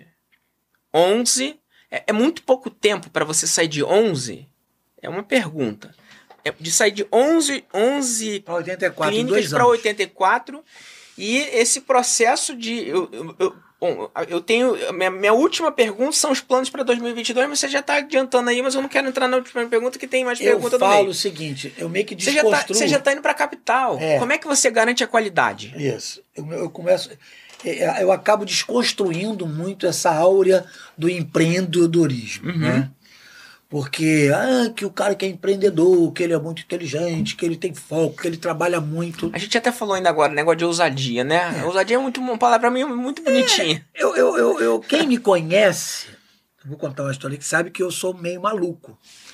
onze... É, é muito pouco tempo para você sair de onze? É uma pergunta. É de sair de onze, onze
para oitenta e quatro,
clínicas para oitenta e quatro. E esse processo de... Eu, eu, eu, bom, eu tenho... Minha, minha última pergunta são os planos para dois mil e vinte e dois, mas você já está adiantando aí, mas eu não quero entrar na última pergunta, que tem mais pergunta do meio.
Eu falo o seguinte, eu meio que desconstruo...
Você já está tá indo para a capital. É. Como é que você garante a qualidade?
Isso. Eu, eu começo... Eu acabo desconstruindo muito essa áurea do empreendedorismo,
uhum.
né? Porque ah, que o cara que é empreendedor, que ele é muito inteligente, que ele tem foco, que ele trabalha muito.
A gente até falou ainda agora, negócio de ousadia, né? É. Ousadia é muito uma palavra pra mim muito bonitinha.
É, eu, eu, eu, eu, quem me conhece, eu vou contar uma história que sabe que eu sou meio maluco.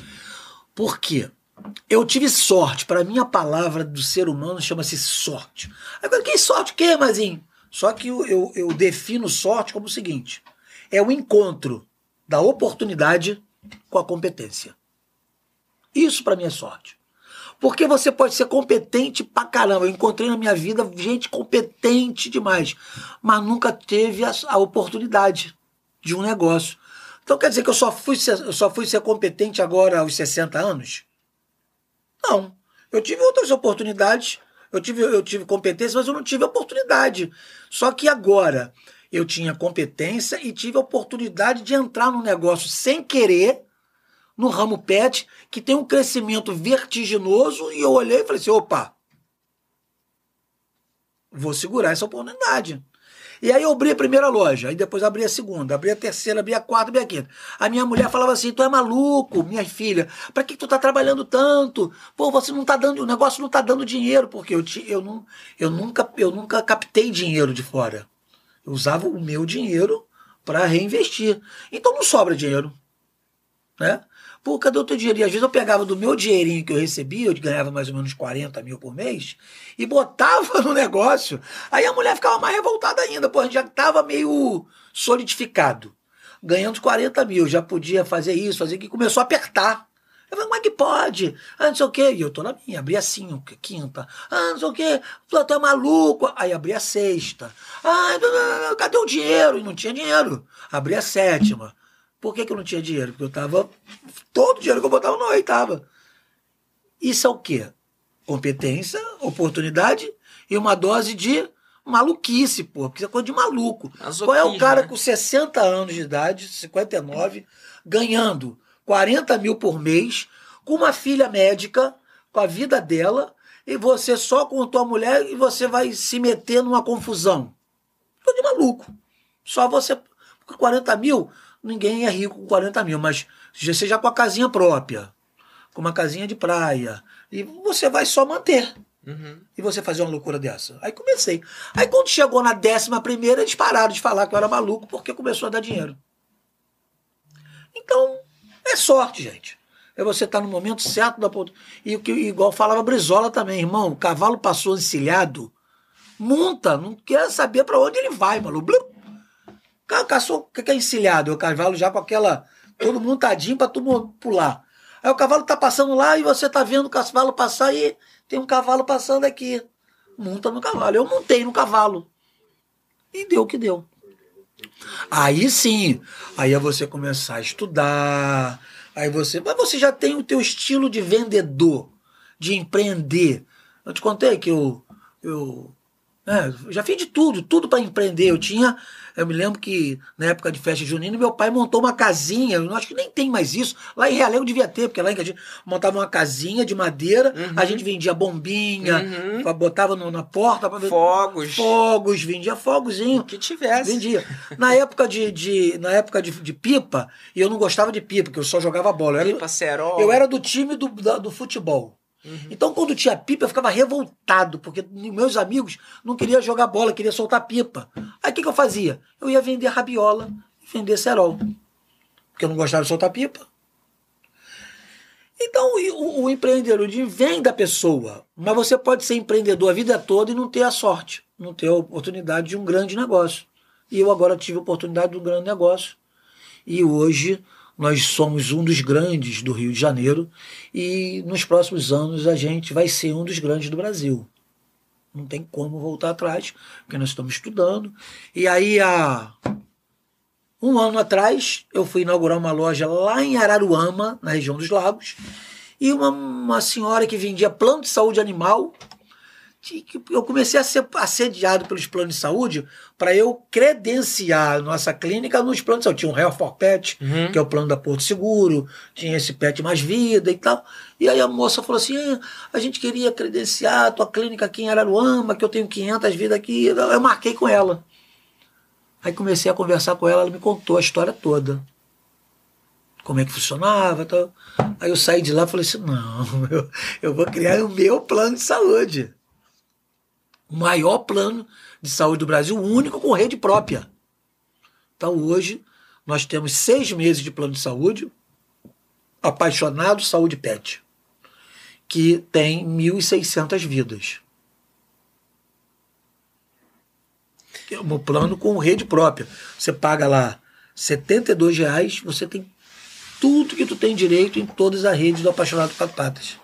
Por quê? Eu tive sorte, para mim a palavra do ser humano chama-se sorte. Agora, que sorte o quê, Mazinho? Só que eu, eu, eu defino sorte como o seguinte: é o encontro da oportunidade com a competência. Isso para mim é sorte. Porque você pode ser competente pra caramba. Eu encontrei na minha vida gente competente demais, mas nunca teve a, a oportunidade de um negócio. Então quer dizer que eu só fui ser, eu só fui ser competente agora aos sessenta anos? Não. Eu tive outras oportunidades, eu tive, eu tive competência, mas eu não tive oportunidade. Só que agora eu tinha competência e tive a oportunidade de entrar num negócio sem querer, no ramo pet, que tem um crescimento vertiginoso, e eu olhei e falei assim, opa, vou segurar essa oportunidade. E aí eu abri a primeira loja, aí depois abri a segunda, abri a terceira, abri a quarta, abri a quinta. A minha mulher falava assim, tu é maluco, minha filha, pra que tu tá trabalhando tanto? Pô, você não tá dando, o negócio não tá dando dinheiro, porque eu, eu, não, eu, nunca, eu nunca captei dinheiro de fora. Eu usava o meu dinheiro para reinvestir. Então não sobra dinheiro, né? Pô, cadê o teu dinheiro? E às vezes eu pegava do meu dinheirinho que eu recebia, eu ganhava mais ou menos quarenta mil por mês, e botava no negócio. Aí a mulher ficava mais revoltada ainda, pô, a gente já estava meio solidificado. Ganhando quarenta mil, já podia fazer isso, fazer aquilo, começou a apertar. Eu falei, como é que pode? Ah, não sei o quê. E eu tô na minha, abri a cinco, quinta. Ah, não sei o quê. Tu é maluco. Aí abri a sexta. Ah, cadê o dinheiro? E não tinha dinheiro. Abri a sétima. Por que, que eu não tinha dinheiro? Porque eu tava... Todo o dinheiro que eu botava não estava. Isso é o quê? Competência, oportunidade e uma dose de maluquice, pô. Porque isso é coisa de maluco.
Masoquismo,
qual é o cara
né?
com sessenta anos de idade, cinquenta e nove, ganhando quarenta mil por mês, com uma filha médica, com a vida dela, e você só com a tua mulher e você vai se meter numa confusão? Tô de maluco. Só você... Com quarenta mil... Ninguém é rico com quarenta mil, mas seja com a casinha própria, com uma casinha de praia, e você vai só manter.
Uhum.
E você fazer uma loucura dessa? Aí comecei. Aí quando chegou na décima primeira, eles pararam de falar que eu era maluco porque começou a dar dinheiro. Então, é sorte, gente. É você estar no momento certo da e que igual falava Brizola também, irmão, o cavalo passou encilhado, monta, não quer saber para onde ele vai, maluco. Caçou, o que é encilhado? É o cavalo já com aquela todo montadinho para todo mundo pular. Aí o cavalo tá passando lá e você tá vendo o cavalo passar e tem um cavalo passando aqui. Monta no cavalo. Eu montei no cavalo. E deu o que deu. Aí sim, aí é você começar a estudar, aí você, mas você já tem o teu estilo de vendedor, de empreender. Eu te contei que eu, eu é, já fiz de tudo, tudo para empreender. Eu tinha, eu me lembro que na época de festa junina, meu pai montou uma casinha, eu acho que nem tem mais isso, lá em Realengo devia ter, porque lá a gente montava uma casinha de madeira,
uhum.
a gente vendia bombinha,
uhum.
botava no, na porta, pra...
fogos,
fogos, vendia fogozinho,
o que tivesse,
vendia. Na época de, de na época de, de pipa, e eu não gostava de pipa, porque eu só jogava bola. Eu
pipa,
era,
cerol.
Eu era do time do, do, do futebol. Uhum. Então, quando tinha pipa, eu ficava revoltado, porque meus amigos não queriam jogar bola, queriam soltar pipa. Aí o que, que eu fazia? Eu ia vender rabiola e vender cerol, porque eu não gostava de soltar pipa. Então, o, o empreendedorismo vem da pessoa, mas você pode ser empreendedor a vida toda e não ter a sorte, não ter a oportunidade de um grande negócio. E eu agora tive a oportunidade de um grande negócio. E hoje nós somos um dos grandes do Rio de Janeiro e nos próximos anos a gente vai ser um dos grandes do Brasil. Não tem como voltar atrás, porque nós estamos estudando. E aí, há um ano atrás, eu fui inaugurar uma loja lá em Araruama, na região dos Lagos, e uma, uma senhora que vendia plano de saúde animal, eu comecei a ser assediado pelos planos de saúde para eu credenciar a nossa clínica nos planos de saúde. Tinha um Health for Pet, uhum. que é o plano da Porto Seguro, tinha esse Pet Mais Vida e tal. E aí a moça falou assim, a gente queria credenciar a tua clínica aqui em Araruama, que eu tenho quinhentas vidas aqui. Eu marquei com ela. Aí comecei a conversar com ela, ela me contou a história toda. Como é que funcionava. Tal. Aí eu saí de lá e falei assim, não, eu, eu vou criar o meu plano de saúde. O maior plano de saúde do Brasil, único com rede própria. Então hoje nós temos seis meses de plano de saúde, Apaixonado Saúde Pet, que tem mil e seiscentas vidas. É um plano com rede própria. Você paga lá setenta e dois reais, você tem tudo que tu tem direito em todas as redes do Apaixonado Quatro Patas.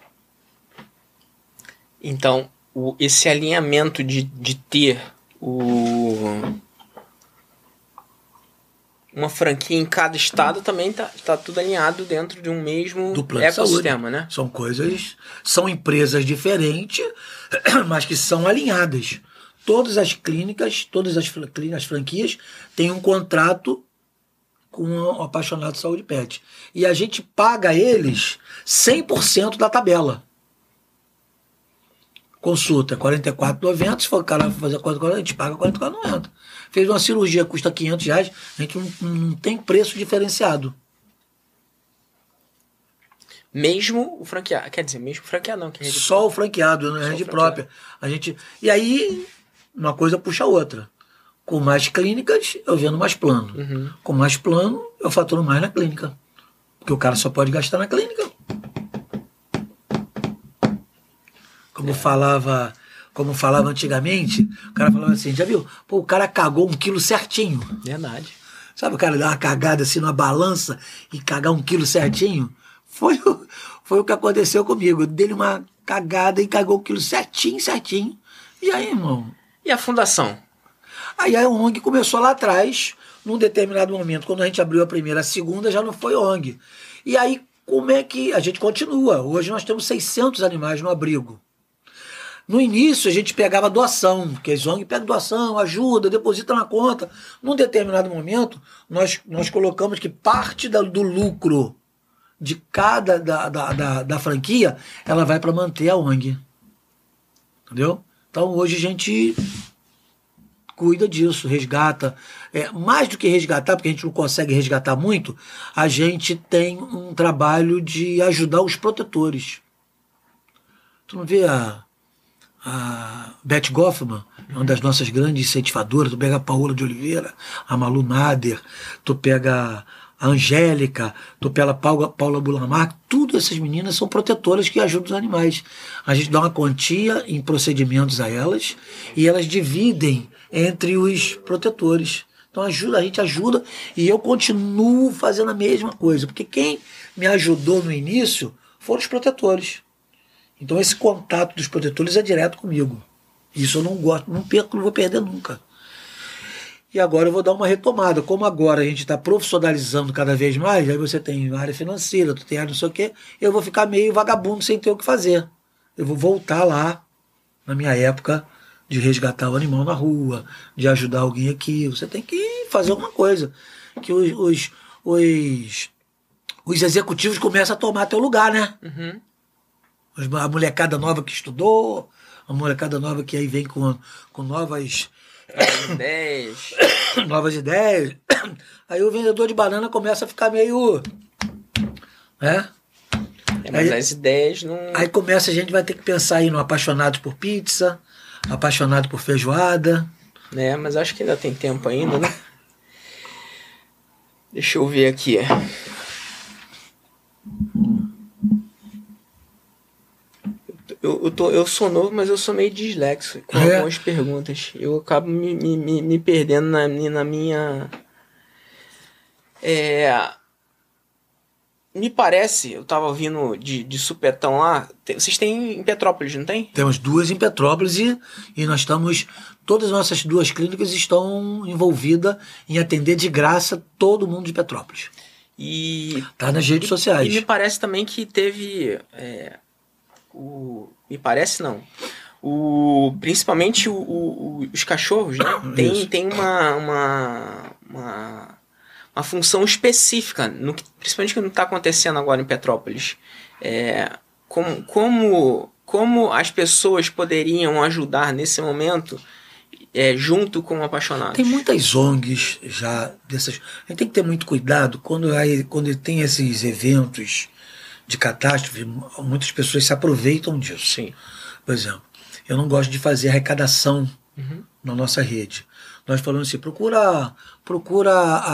Então, o, esse alinhamento de, de ter o, uma franquia em cada estado também tá, tá tudo alinhado dentro de um mesmo
do plano
ecossistema,
de saúde,
né?
São coisas, são empresas diferentes, mas que são alinhadas. Todas as clínicas, todas as, as franquias têm um contrato com o Apaixonado Saúde Pet. E a gente paga eles cem por cento da tabela. Consulta quarenta e quatro reais e noventa centavos, se for o cara fazer quarenta e quatro, a gente paga quarenta e quatro reais e noventa centavos. Fez uma cirurgia, custa quinhentos reais, a gente não, não tem preço diferenciado.
Mesmo o franqueado, quer dizer, mesmo o franqueado não. Que é rede
Só o franqueado, né? Rede própria. A gente, e aí, uma coisa puxa a outra. Com mais clínicas, eu vendo mais plano.
Uhum.
Com mais plano, eu faturo mais na clínica. Porque o cara só pode gastar na clínica. Como, é. falava, como falava antigamente, o cara falava assim, já viu? Pô, o cara cagou um quilo certinho.
Verdade.
Sabe o cara dar uma cagada assim numa balança e cagar um quilo certinho? Foi, foi o que aconteceu comigo. Dele uma cagada e cagou um quilo certinho, certinho. E aí, irmão?
E a fundação?
Aí a O N G começou lá atrás, num determinado momento, quando a gente abriu a primeira, a segunda já não foi O N G. E aí, como é que a gente continua? Hoje nós temos seiscentos animais no abrigo. No início a gente pegava doação, porque as O N G pegam doação, ajuda, deposita na conta. Num determinado momento, nós, nós colocamos que parte da, do lucro de cada da, da, da, da franquia, ela vai para manter a O N G. Entendeu? Então hoje a gente cuida disso, resgata. É, mais do que resgatar, porque a gente não consegue resgatar muito, a gente tem um trabalho de ajudar os protetores. Tu não vê a, a Beth Goffman, é uma das nossas grandes incentivadoras. Tu pega a Paola de Oliveira, a Malu Nader, tu pega a Angélica, tu pega a Paula, Paula Bulamar, tudo essas meninas são protetoras que ajudam os animais. A gente dá uma quantia em procedimentos a elas e elas dividem entre os protetores. Então ajuda, a gente ajuda e eu continuo fazendo a mesma coisa, porque quem me ajudou no início foram os protetores. Então esse contato dos protetores é direto comigo. Isso eu não gosto, não perco, não vou perder nunca. E agora eu vou dar uma retomada. Como agora a gente está profissionalizando cada vez mais, aí você tem área financeira, tu tem área não sei o quê, eu vou ficar meio vagabundo sem ter o que fazer. Eu vou voltar lá, na minha época, de resgatar o animal na rua, de ajudar alguém aqui. Você tem que fazer alguma coisa. Que os, os, os, os executivos começam a tomar teu lugar, né?
Uhum.
A molecada nova que estudou, a molecada nova que aí vem com, com novas
ideias.
novas ideias. Aí o vendedor de banana começa a ficar meio... Né?
É, mas
aí,
as ideias não...
Aí começa, a gente vai ter que pensar aí no apaixonado por pizza, apaixonado por feijoada.
É, mas acho que ainda tem tempo ainda, né? Deixa eu ver aqui. Eu, eu, tô, eu sou novo, mas eu sou meio dislexo com
é.
algumas perguntas. Eu acabo me, me, me perdendo na, na minha... É, me parece, eu tava ouvindo de, de supetão lá, tem, vocês têm em Petrópolis, não tem?
Temos duas em Petrópolis e, e nós estamos... Todas as nossas duas clínicas estão envolvidas em atender de graça todo mundo de Petrópolis.
E...
Tá nas redes sociais.
E me parece também que teve... É, o, me parece não. O, principalmente o, o, os cachorros, né? Tem, tem uma, uma, uma, uma função específica, no que, principalmente que não está acontecendo agora em Petrópolis. É, como, como, como as pessoas poderiam ajudar nesse momento é, junto com o Apaixonados?
Tem muitas O N Gs já dessas. A gente tem que ter muito cuidado quando, aí, quando tem esses eventos de catástrofe, muitas pessoas se aproveitam disso.
Sim.
Por exemplo, eu não gosto de fazer arrecadação
uhum.
na nossa rede. Nós falamos assim, procura, procura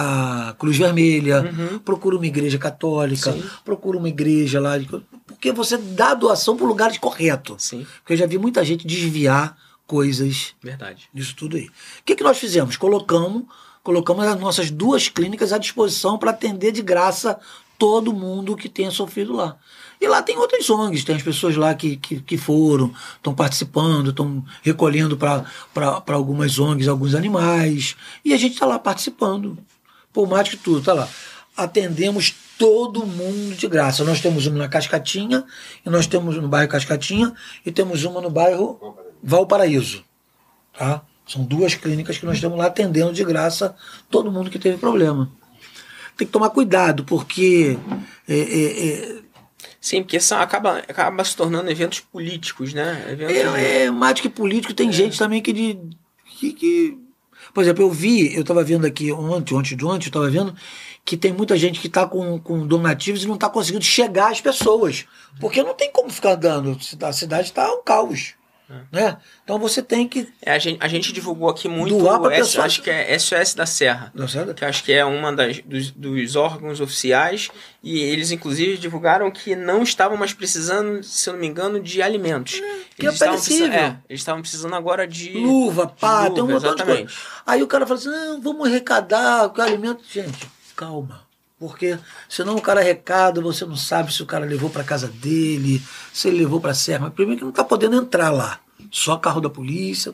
a Cruz Vermelha,
uhum.
procura uma igreja católica,
Sim.
procura uma igreja lá. Porque você dá doação para o lugar correto.
Sim.
Porque eu já vi muita gente desviar coisas
Verdade.
disso tudo aí. O que, que nós fizemos? Colocamos, colocamos as nossas duas clínicas à disposição para atender de graça todo mundo que tenha sofrido lá. E lá tem outras O N Gs, tem as pessoas lá que, que, que foram, estão participando, estão recolhendo para algumas O N Gs alguns animais, e a gente está lá participando. Por mais que tudo, está lá. Atendemos todo mundo de graça. Nós temos uma na Cascatinha, e nós temos no bairro Cascatinha, e temos uma no bairro Valparaíso. Tá? São duas clínicas que nós estamos lá atendendo de graça todo mundo que teve problema. Tem que tomar cuidado, porque... É, é, é,
Sim, porque são, acaba, acaba se tornando eventos políticos, né? Eventos
é,
de...
é mais que político, tem é. gente também que, de, que, que... Por exemplo, eu vi, eu estava vendo aqui ontem, ontem de ontem, eu estava vendo que tem muita gente que está com, com donativos e não está conseguindo chegar às pessoas. Porque não tem como ficar dando, a cidade está um caos. É. Né? Então você tem que...
É, a, gente, a gente divulgou aqui muito, S, acho que é S O S da Serra,
da
que acho que é uma das, dos, dos órgãos oficiais, e eles inclusive divulgaram que não estavam mais precisando, se eu não me engano, de alimentos.
É, que
eles
é perecível.
É, eles estavam precisando agora de...
Luva, pá,
de luva,
tem um montão
exatamente.
de coisa. Aí o cara fala assim, não, vamos arrecadar o alimento. Gente, calma. Porque senão o cara arrecada, você não sabe se o cara levou para casa dele, se ele levou para a serra. Mas primeiro que não está podendo entrar lá. Só carro da polícia.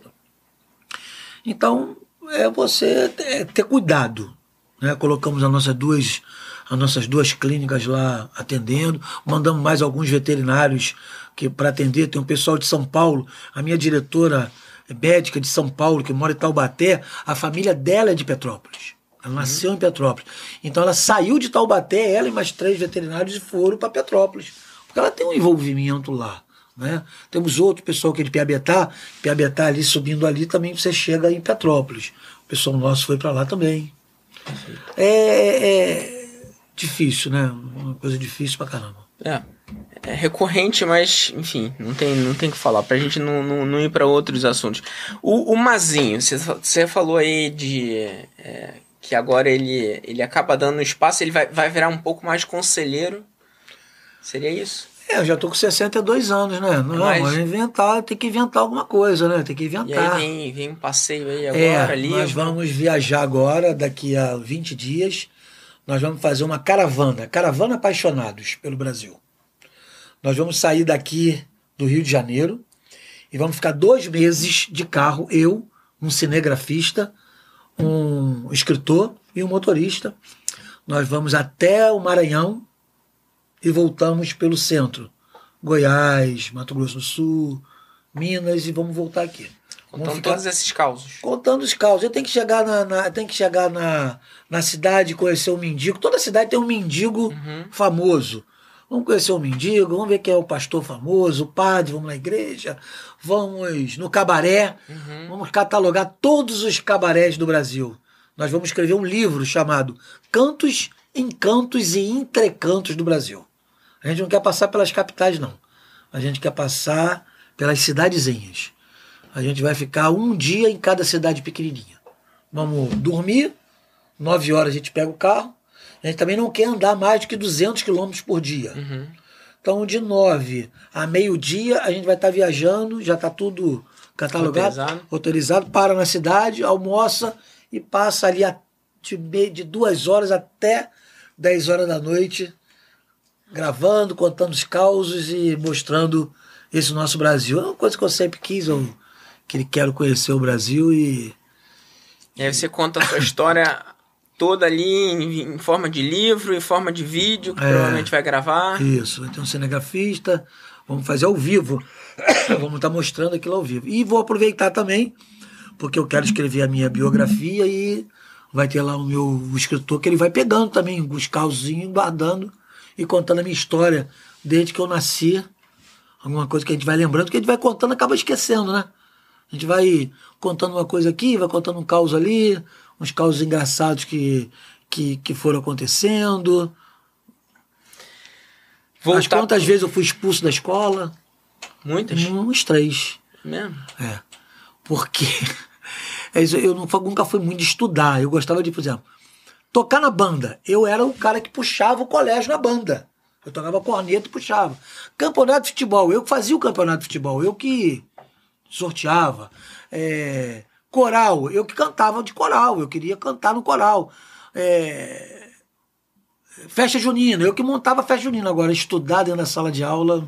Então, é você ter, ter cuidado. Né? Colocamos as nossas, duas, as nossas duas clínicas lá atendendo. Mandamos mais alguns veterinários para atender. Tem um pessoal de São Paulo. A minha diretora médica de São Paulo, que mora em Taubaté, a família dela é de Petrópolis. Ela nasceu uhum. em Petrópolis. Então ela saiu de Taubaté, ela e mais três veterinários, e foram para Petrópolis. Porque ela tem um envolvimento lá. Né? Temos outro pessoal que é de Piabetá. Piabetá ali, subindo ali, também você chega em Petrópolis. O pessoal nosso foi para lá também. É, é difícil, né? Uma coisa difícil pra caramba.
É. é recorrente, mas, enfim, não tem, não tem o que falar, pra gente não, não, não ir para outros assuntos. O, o Mazinho, você, você falou aí de... É, que agora ele, ele acaba dando espaço, ele vai, vai virar um pouco mais conselheiro. Seria isso?
É, eu já tô com sessenta e dois anos, né? Não,
Mas-
mas inventar, tem que inventar alguma coisa, né? Tem que
E
inventar.
aí vem, vem um passeio aí
É,
agora, livro.
nós vamos viajar agora, daqui a vinte dias, nós vamos fazer uma caravana, caravana apaixonados pelo Brasil. Nós vamos sair daqui do Rio de Janeiro e vamos ficar dois meses de carro, eu, um cinegrafista, um escritor e um motorista. Nós vamos até o Maranhão e voltamos pelo centro. Goiás, Mato Grosso do Sul, Minas, e vamos voltar aqui. Vamos
Contando
ficar
todos esses causos.
contando os causos. Eu tenho que chegar na, na- tem que chegar na, na cidade, conhecer um mendigo. Toda cidade tem um mendigo
Uhum.
famoso. Vamos conhecer um mendigo, vamos ver quem é o pastor famoso, o padre, vamos na igreja, vamos no cabaré,
Uhum.
vamos catalogar todos os cabarés do Brasil. Nós vamos escrever um livro chamado Cantos, Encantos e Entrecantos do Brasil. A gente não quer passar pelas capitais, não. A gente quer passar pelas cidadezinhas. A gente vai ficar um dia em cada cidade pequenininha. Vamos dormir, nove horas a gente pega o carro. A gente também não quer andar mais do que duzentos quilômetros por dia.
Uhum.
Então, de nove a meio-dia, a gente vai estar viajando, já está tudo catalogado,
Autorizado.
autorizado, para na cidade, almoça e passa ali a- de, me- de duas horas até dez horas da noite, gravando, contando os causos e mostrando esse nosso Brasil. É uma coisa que eu sempre quis, eu que quero conhecer o Brasil e
E aí você conta a sua história toda ali em, em forma de livro, em forma de vídeo, que
É.
provavelmente vai gravar.
isso, vai ter um cinegrafista, vamos fazer ao vivo, vamos estar mostrando aquilo ao vivo. E vou aproveitar também, porque eu quero escrever a minha biografia e vai ter lá o meu o escritor que ele vai pegando também os causinhos, guardando e contando a minha história desde que eu nasci. Alguma coisa que a gente vai lembrando, que a gente vai contando e acaba esquecendo, né? A gente vai contando uma coisa aqui, vai contando um caos ali, uns causos engraçados que, que, que foram acontecendo. Mas
Voltar
quantas
pro-
vezes eu fui expulso da escola?
Muitas?
Uns três.
Mesmo?
É. Porque é isso, eu não- nunca fui muito de estudar. Eu gostava de, por exemplo, tocar na banda. Eu era o cara que puxava o colégio na banda. Eu tocava corneta e puxava. Campeonato de futebol, eu que fazia o campeonato de futebol. Eu que sorteava. É, coral, eu que cantava de coral. Eu queria cantar no coral. É, festa junina, eu que montava a festa junina. Agora, estudar dentro da sala de aula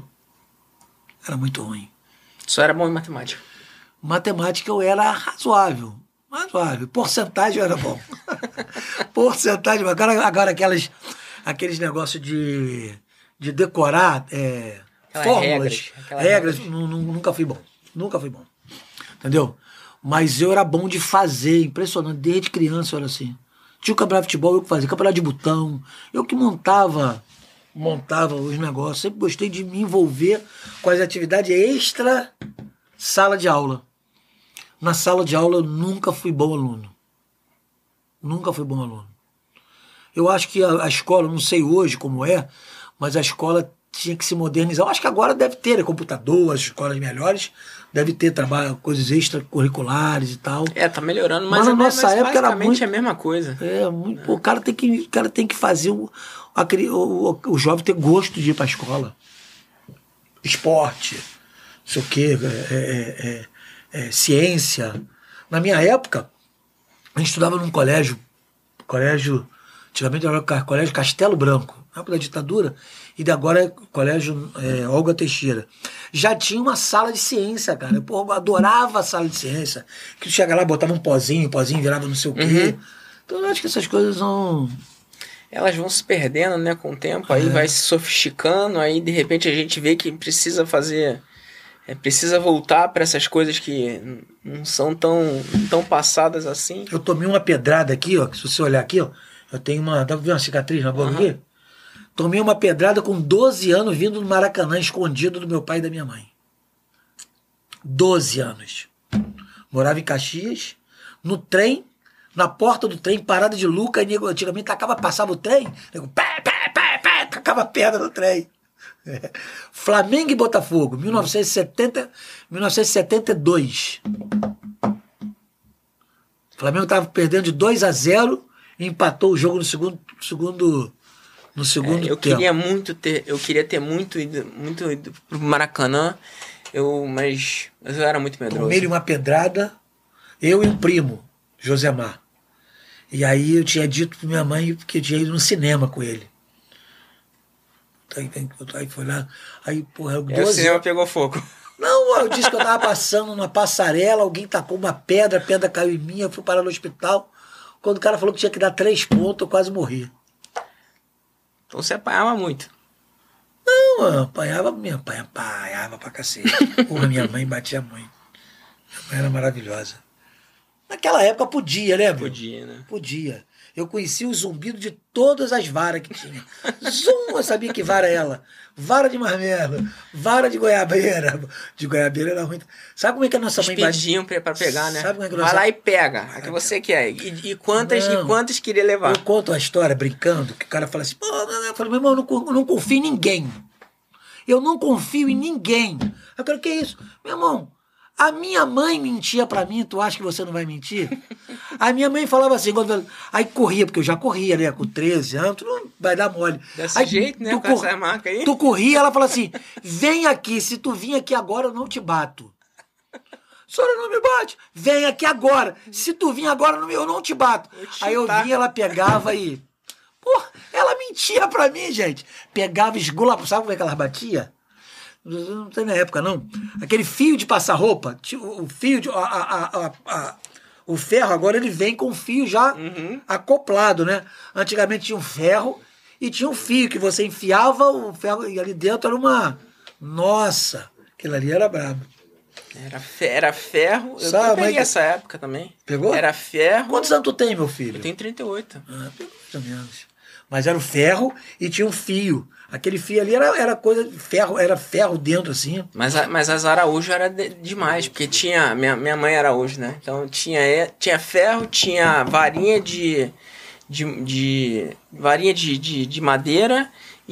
era muito ruim.
Só era bom em matemática.
Matemática eu era razoável. Razoável. Porcentagem eu era bom. Porcentagem. Agora, agora aquelas, aqueles negócios de, de decorar é,
Aquelas
fórmulas,
regras, aquelas
regras,
regras.
nu- nu- nunca fui bom. Nunca fui bom. Entendeu? Mas eu era bom de fazer, impressionante. Desde criança eu era assim. Tinha o campeonato de futebol, eu que fazia. Campeonato de botão. Eu que montava, montava os negócios. Sempre gostei de me envolver com as atividades extra sala de aula. Na sala de aula eu nunca fui bom aluno. Nunca fui bom aluno. Eu acho que a, a escola, não sei hoje como é, mas a escola tinha que se modernizar. Eu acho que agora deve ter, né, computador, as escolas melhores, deve ter trabalho, coisas extracurriculares e tal.
É, tá melhorando, mas,
Mas na
é,
nossa
mas
época era
basicamente
muito-
é a mesma coisa.
É, muito, pô, o, cara tem que, o cara tem que fazer o, a cri- o, o, o jovem ter gosto de ir para a escola. Esporte, não sei o quê, é, é, é, é, ciência. Na minha época, a gente estudava num colégio, colégio, antigamente era o colégio Castelo Branco, na época da ditadura, e de agora é colégio é, Olga Teixeira. Já tinha uma sala de ciência, cara. Eu, pô, eu adorava a sala de ciência. Que tu chega lá, botava um pozinho, o pozinho virava não sei o quê. Então eu acho que essas coisas não.
Elas vão se perdendo, né, com o tempo, aí
É.
vai se sofisticando, aí de repente a gente vê que precisa fazer, é, precisa voltar para essas coisas que n- não são tão, tão passadas assim.
Eu tomei uma pedrada aqui, ó. Que se você olhar aqui, ó, eu tenho uma. Dá pra ver uma cicatriz na boca
Aham.
aqui? Tomei uma pedrada com doze anos vindo do Maracanã, escondido do meu pai e da minha mãe. doze anos. Morava em Caxias, no trem, na porta do trem, parada de Luca, e nego, antigamente tacava, passava o trem, nego, pé, pé, pé, pé, tacava pedra no trem. É. Flamengo e Botafogo, mil novecentos e setenta, mil novecentos e setenta e dois. O Flamengo estava perdendo de dois a zero e empatou o jogo no segundo, segundo, no segundo
é, eu
tempo.
Queria muito ter, eu queria ter muito ido, muito ido pro Maracanã, eu, mas, mas eu era muito medroso.
Tomei-lhe uma pedrada, eu e um primo, Josemar. E aí eu tinha dito pra minha mãe que eu tinha ido no cinema com ele. Aí, aí foi lá, aí, porra,
doze... o cinema pegou fogo.
Não, eu disse que eu tava passando numa passarela, alguém tacou uma pedra, a pedra caiu em mim, eu fui parar no hospital. Quando o cara falou que tinha que dar três pontos, eu quase morri.
Então você apanhava muito.
Não, eu apanhava, minha mãe apanhava pra cacete. Porra, minha mãe batia muito. Minha mãe era maravilhosa. Naquela época podia, né, meu?
Podia, né?
Podia. Eu conhecia o zumbido de todas as varas que tinha. Zum, eu sabia que vara é ela. Vara de marmelo, vara de goiabeira. De goiabeira era muito. Sabe como é que a nossa mãe batia?
Pediam pra pegar, né?
Sabe como é que
Vai
nossa...
lá e pega. A que você quer. E, e, quantas, e quantas queria levar?
Eu conto uma história brincando, que o cara fala assim, pô, eu falei, meu irmão, eu não, eu não confio em ninguém. Eu não confio em ninguém. Eu quero que é isso? Meu irmão, a minha mãe mentia pra mim, tu acha que você não vai mentir? A minha mãe falava assim, quando, aí corria, porque eu já corria, né, com treze anos, tu não vai dar mole.
Desse
aí,
jeito, né,
tu
com essa marca aí.
Tu corria, ela falava assim, vem aqui, se tu vir aqui agora, eu não te bato. A senhora não me bate, vem aqui agora, se tu vir agora, eu não te bato. Aí eu vinha, ela pegava e... Pô, ela mentia pra mim, gente. Pegava, esgula, sabe como é que ela batia? Não tem na época, não. Aquele fio de passar roupa, o fio de... A, a, a, a, o ferro agora ele vem com fio já uhum. acoplado, né? Antigamente tinha um ferro e tinha um fio que você enfiava o ferro e ali dentro era uma... Nossa, aquilo ali era brabo.
Era, fe, era ferro. Eu
Sabe,
peguei
que...
essa época também.
Pegou?
Era ferro.
Quantos anos tu tem, meu filho?
Eu tenho trinta e oito.
Ah, pegou mais ou menos. Mas era o ferro e tinha um fio. Aquele fio ali era, era coisa de ferro, era ferro dentro, assim.
Mas, a, mas as Araújo era de, demais, porque tinha... Minha, minha mãe era Araújo, né? Então tinha, tinha ferro, tinha varinha de... de, de varinha de, de, de madeira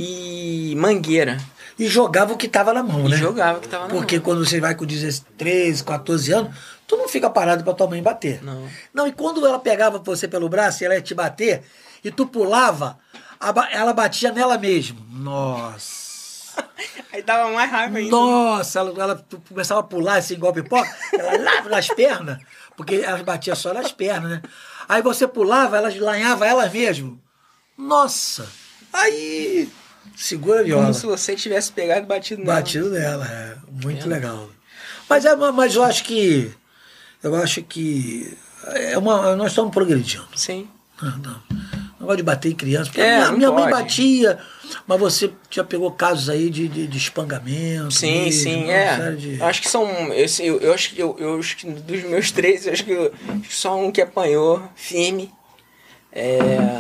e mangueira.
E jogava o que tava na mão,
e
né?
jogava o que tava na
Porque
mão.
quando você vai com treze, quatorze anos, tu não fica parado pra tua mãe bater.
Não.
Não, e quando ela pegava você pelo braço e ela ia te bater, e tu pulava, ela batia nela mesmo. Nossa.
Aí dava mais raiva ainda.
Nossa, ela, ela começava a pular assim, igual pipoca, ela lá nas pernas, porque elas batiam só nas pernas, né? Aí você pulava, elas lanhavam elas mesmo. Nossa. Aí... Segura a viola.
Como se você tivesse pegado e batido nela.
Batido nela, é. Muito é. legal. Mas, é, mas eu acho que... Eu acho que... É uma, nós estamos progredindo.
Sim.
Não, não. Não gosto de bater em criança. Porque
é,
minha, minha mãe
pode.
batia, mas você já pegou casos aí de, de, de espangamento.
Sim,
mesmo,
sim, é.
De...
Eu acho que são... Eu, eu, eu, acho que, eu, eu acho que dos meus três, eu acho que eu, só um que apanhou firme. É,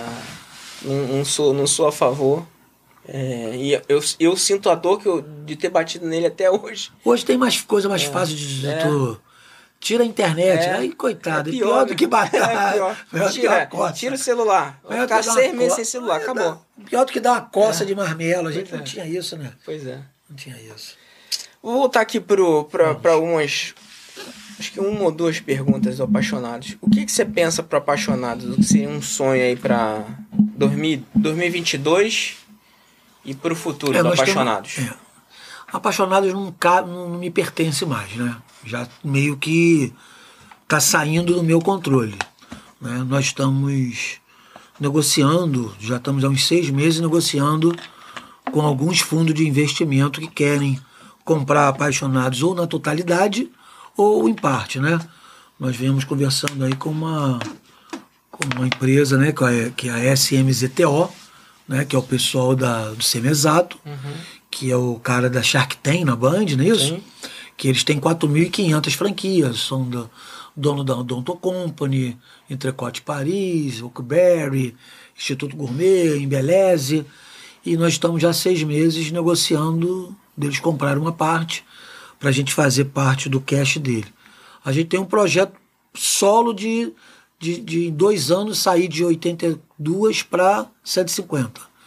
não, não, sou, não sou a favor. É, e eu, eu sinto a dor que eu, de ter batido nele até hoje.
Hoje tem mais coisa mais é, fácil de é. tu... Tira a internet, é, aí coitado, é pior, é pior do que bater. É pior. Pior
tira, tira o celular. Vai ficar seis meses sem celular, é, acabou.
Dá, pior do que dar uma coça é. de marmelo. A gente
pois
não
é.
tinha isso, né?
Pois é.
Não tinha isso.
Vou voltar aqui para algumas... Acho que uma ou duas perguntas do Apaixonados. O que, que você pensa para Apaixonados? O que seria um sonho aí para dois mil e vinte e dois e para o futuro
é,
do Apaixonados?
Temos, é. Apaixonados não, não, não me pertence mais, né? Já meio que está saindo do meu controle. Né? Nós estamos negociando, já estamos há uns seis meses negociando com alguns fundos de investimento que querem comprar Apaixonados ou na totalidade ou em parte, né? Nós viemos conversando aí com uma, com uma empresa, né, que é, que é a S M Z T O, né, que é o pessoal da, do Semesato, uhum. que é o cara da Shark Tank na Band, não é isso? Sim. Que eles têm quatro mil e quinhentas franquias, são do, dono da Odonto Company, Entrecote Paris, Oakberry, Instituto Gourmet, Embeleze, e nós estamos já há seis meses negociando deles comprar uma parte para a gente fazer parte do cash dele. A gente tem um projeto solo de, de, de dois anos sair de oitenta e dois para cento e cinquenta.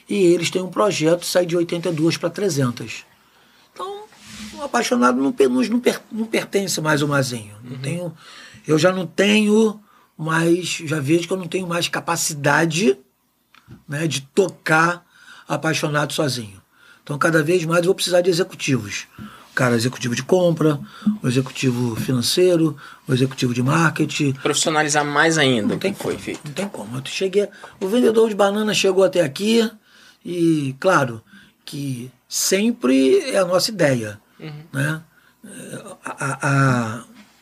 e eles têm um projeto de sair de oitenta e duas para trezentas. Então, o apaixonado não, não, não, per, não pertence mais ao Mazinho. Não uhum. tenho, eu já não tenho mais, já vejo que eu não tenho mais capacidade, né, de tocar apaixonado sozinho. Então, cada vez mais eu vou precisar de executivos. Cara, executivo de compra, o executivo financeiro, o executivo de marketing.
Profissionalizar mais ainda
não
o
tem
que foi
como,
feito.
Não tem como. Eu cheguei, o vendedor de banana chegou até aqui e, claro, que sempre é a nossa ideia. Uhum. Né? A, a,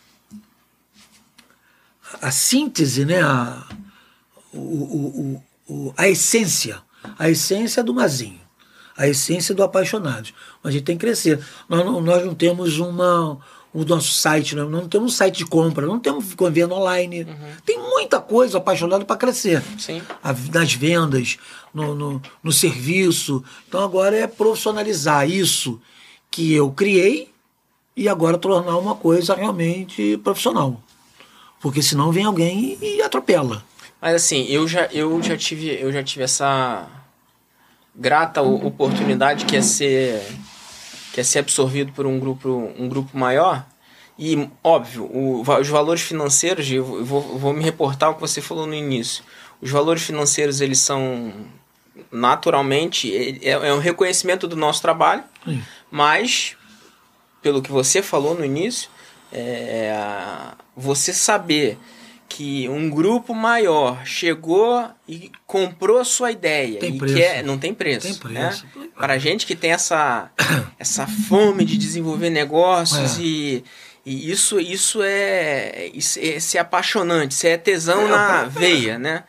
a, a síntese, né? a, o, o, o, a essência, a essência do Mazinho. A essência do Apaixonados. Mas a gente tem que crescer. Nós não, nós não temos uma, o nosso site, nós não temos um site de compra, não temos venda online. Uhum. Tem muita coisa Apaixonado para crescer.
Sim.
A, nas vendas, no, no, no serviço. Então agora é profissionalizar isso que eu criei e agora tornar uma coisa realmente profissional. Porque senão vem alguém e, e atropela.
Mas assim, eu já, eu já tive, eu já tive essa grata oportunidade que é ser que é ser absorvido por um grupo um grupo maior e óbvio o, os valores financeiros, eu vou, vou me reportar ao que você falou no início, os valores financeiros eles são naturalmente é, é um reconhecimento do nosso trabalho. Sim. Mas pelo que você falou no início, é, você saber que um grupo maior chegou e comprou a sua ideia
tem
e
preço.
Quer, não tem preço,
tem preço.
Né? Para a gente que tem essa, essa fome de desenvolver negócios é. e, e isso, isso, é, isso, é, isso é apaixonante, isso é tesão é, na é. veia, né?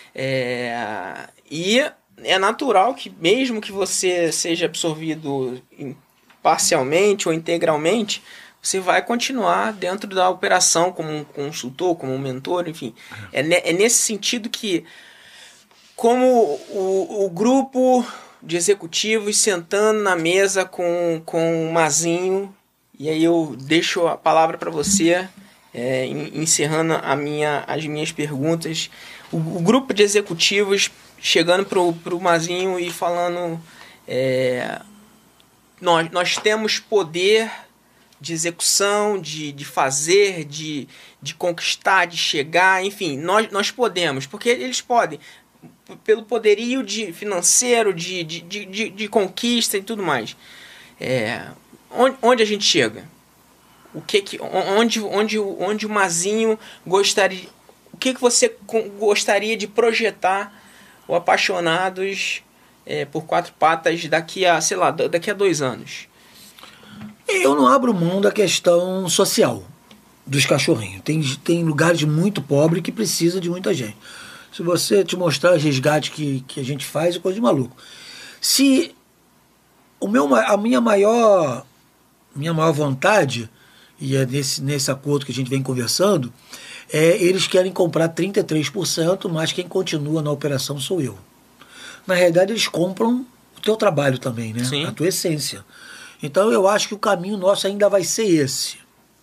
É, e é natural que mesmo que você seja absorvido parcialmente ou integralmente, você vai continuar dentro da operação como um consultor, como um mentor, enfim. É, é nesse sentido que, como o, o grupo de executivos sentando na mesa com, com o Mazinho, e aí eu deixo a palavra para você, é, encerrando a minha, as minhas perguntas, o, o grupo de executivos chegando para o Mazinho e falando, é, nós, nós temos poder de execução, de, de fazer, de, de conquistar, de chegar, enfim, nós, nós podemos, porque eles podem, pelo poderio de, financeiro, de, de, de, de, de conquista e tudo mais. É, onde, onde a gente chega? O que que, onde, onde, onde o Mazinho gostaria, o que, que você gostaria de projetar o Apaixonados é, por Quatro Patas daqui a, sei lá, daqui a dois anos?
Eu não abro mão da questão social dos cachorrinhos. Tem, tem lugares muito pobres que precisa de muita gente. Se você te mostrar os resgates que, que a gente faz, é coisa de maluco. Se o meu, a minha maior, minha maior vontade, e é nesse, nesse acordo que a gente vem conversando, é eles querem comprar trinta e três por cento, mas quem continua na operação sou eu. Na realidade, eles compram o teu trabalho também, né?
Sim.
A tua essência. Então eu acho que o caminho nosso ainda vai ser esse.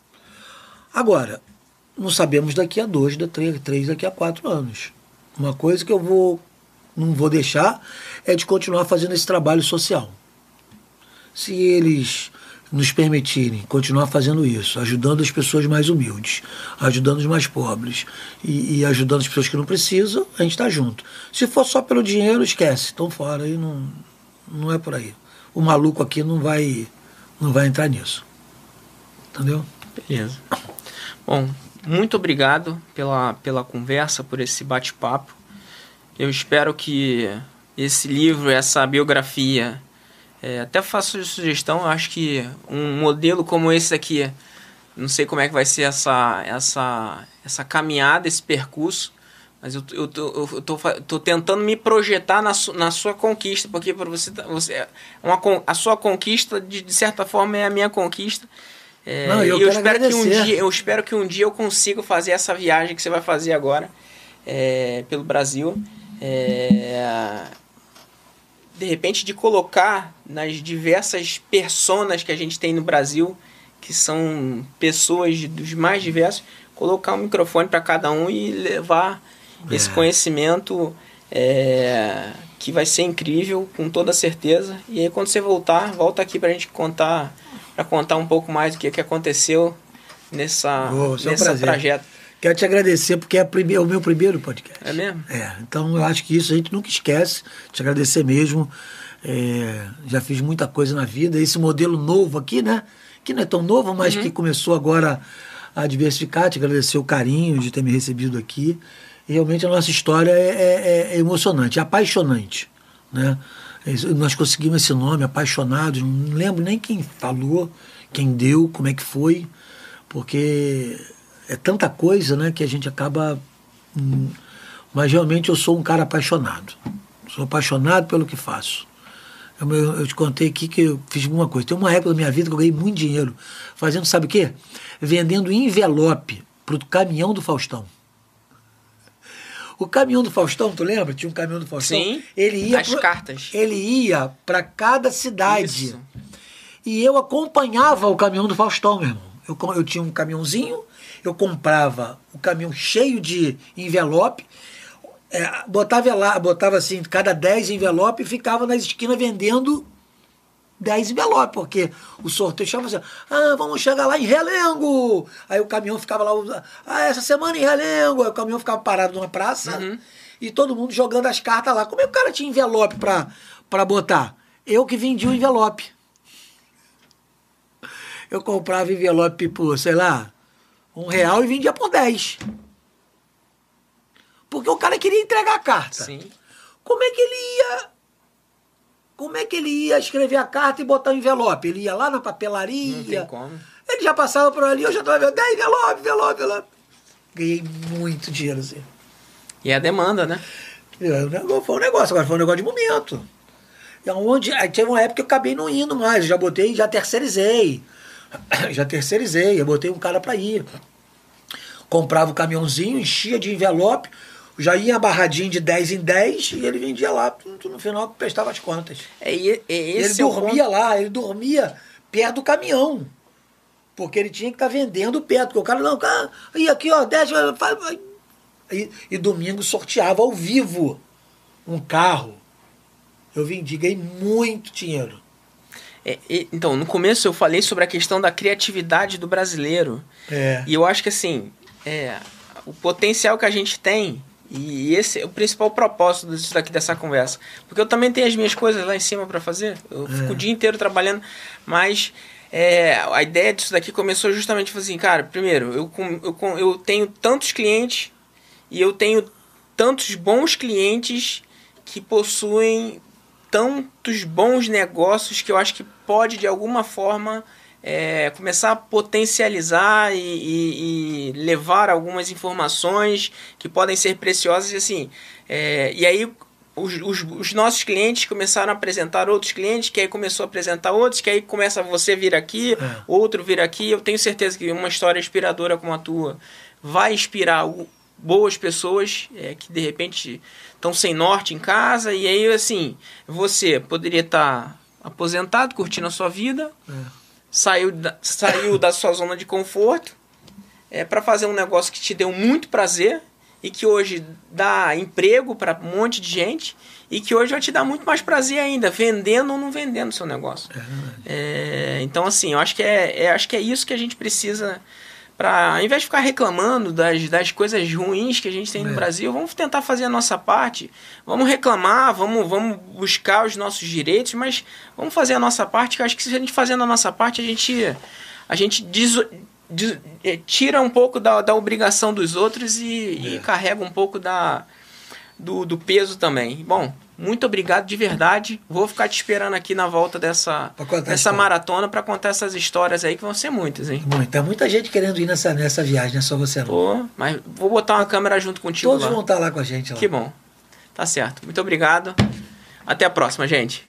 Agora, não sabemos daqui a dois, daqui a três, três, daqui a quatro anos. Uma coisa que eu vou, não vou deixar é de continuar fazendo esse trabalho social. Se eles nos permitirem continuar fazendo isso, ajudando as pessoas mais humildes, ajudando os mais pobres e, e ajudando as pessoas que não precisam, a gente está junto. Se for só pelo dinheiro, esquece, estão fora, aí não, não é por aí. O maluco aqui não vai, não vai entrar nisso. Entendeu?
Beleza. Bom, muito obrigado pela, pela conversa, por esse bate-papo. Eu espero que esse livro, essa biografia, é, até faço sugestão, eu acho que um modelo como esse aqui, não sei como é que vai ser essa, essa, essa caminhada, esse percurso, mas eu, eu, eu, eu tô, tô tentando me projetar na, su, na sua conquista, porque para você, você uma, a sua conquista, de, de certa forma, é a minha conquista. É, Não, eu, eu, espero que um dia, eu espero que um dia eu consiga fazer essa viagem que você vai fazer agora é, pelo Brasil. É, de repente, de colocar nas diversas personas que a gente tem no Brasil, que são pessoas dos mais diversos, colocar um microfone para cada um e levar é. esse conhecimento é, que vai ser incrível, com toda certeza. E aí quando você voltar, volta aqui pra gente contar, pra contar um pouco mais do que, que aconteceu nessa,
oh,
nessa
um
trajeto.
Quero te agradecer, porque é, prime- é o meu primeiro podcast.
É mesmo?
É, então eu acho que isso a gente nunca esquece. Te agradecer mesmo. É, já fiz muita coisa na vida. Esse modelo novo aqui, né? Que não é tão novo, mas uhum. que começou agora a diversificar. Te agradecer o carinho de ter me recebido aqui. E realmente a nossa história é, é, é emocionante, é apaixonante, né? Nós conseguimos esse nome, Apaixonados. Não lembro nem quem falou, quem deu, como é que foi, porque é tanta coisa, né, que a gente acaba... Hum, mas realmente eu sou um cara apaixonado. Sou apaixonado pelo que faço. Eu, eu te contei aqui que eu fiz alguma coisa. Tem uma época da minha vida que eu ganhei muito dinheiro fazendo, sabe o quê? Vendendo envelope para o caminhão do Faustão. O caminhão do Faustão, tu lembra? Tinha um caminhão do Faustão.
Sim,
ele ia
as
pro,
cartas.
Ele ia para cada cidade.
Isso.
E eu acompanhava o caminhão do Faustão, meu irmão. Eu, eu tinha um caminhãozinho, eu comprava o caminhão cheio de envelope, é, botava lá, botava assim, cada dez envelopes e ficava nas esquinas vendendo dez envelopes, porque o sorteio chama assim, ah, vamos chegar lá em Realengo. Aí o caminhão ficava lá, ah, essa semana em Realengo. Aí o caminhão ficava parado numa praça, uhum. e todo mundo jogando as cartas lá. Como é que o cara tinha envelope pra, pra botar? Eu que vendia o envelope. Eu comprava envelope por, sei lá, um real e vendia por dez. Porque o cara queria entregar a carta.
Sim.
Como é que ele ia... Como é que ele ia escrever a carta e botar o envelope? Ele ia lá na papelaria.
Não tem como.
Ele já passava por ali, eu já estava vendo dez envelope, envelope, envelope. Ganhei muito dinheiro assim.
E a demanda, né?
Foi um negócio, agora foi um negócio de momento. E onde, aí teve uma época que eu acabei não indo mais, eu já botei, já terceirizei. Já terceirizei, eu botei um cara para ir. Comprava o caminhãozinho, enchia de envelope, já ia barradinho de dez em dez e ele vendia lá, no final prestava as contas.
É, é esse
ele dormia lá, ele dormia perto do caminhão, porque ele tinha que estar tá vendendo perto, porque o cara não, cara, e aqui ó, dez, e, e domingo sorteava ao vivo um carro. Eu vendi, ganhei muito dinheiro.
É, é, então, no começo eu falei sobre a questão da criatividade do brasileiro.
É.
E eu acho que assim, é, o potencial que a gente tem, e esse é o principal propósito disso daqui, dessa conversa. Porque eu também tenho as minhas coisas lá em cima para fazer. Eu é. fico o dia inteiro trabalhando, mas é, a ideia disso daqui começou justamente assim, cara, primeiro, eu, eu, eu tenho tantos clientes e eu tenho tantos bons clientes que possuem tantos bons negócios que eu acho que pode de alguma forma é, começar a potencializar e, e, e levar algumas informações que podem ser preciosas e assim, é, e aí os, os, os nossos clientes começaram a apresentar outros clientes, que aí começou a apresentar outros, que aí começa você vir aqui, é. outro vir aqui. Eu tenho certeza que uma história inspiradora como a tua vai inspirar boas pessoas é, que de repente estão sem norte em casa, e aí assim, você poderia estar aposentado, curtindo a sua vida, é. saiu, da, saiu da sua zona de conforto é, para fazer um negócio que te deu muito prazer e que hoje dá emprego para um monte de gente e que hoje vai te dar muito mais prazer ainda, vendendo ou não vendendo o seu negócio. É, é, então assim, eu acho que é, é, acho que é isso que a gente precisa. Pra, ao invés de ficar reclamando das, das coisas ruins que a gente tem no é. Brasil, vamos tentar fazer a nossa parte, vamos reclamar, vamos, vamos buscar os nossos direitos, mas vamos fazer a nossa parte, que eu acho que se a gente fazendo a nossa parte, a gente, a gente diz, diz, tira um pouco da, da obrigação dos outros e, é. e carrega um pouco da, do, do peso também. Bom, muito obrigado de verdade. Vou ficar te esperando aqui na volta dessa, dessa maratona para contar essas histórias aí, que vão ser muitas, hein?
Muita, muita gente querendo ir nessa, nessa viagem, não é só você não.
Pô, mas vou botar uma câmera junto contigo.
Todos
lá.
vão estar lá com a gente lá.
Que bom. Tá certo. Muito obrigado. Até a próxima, gente.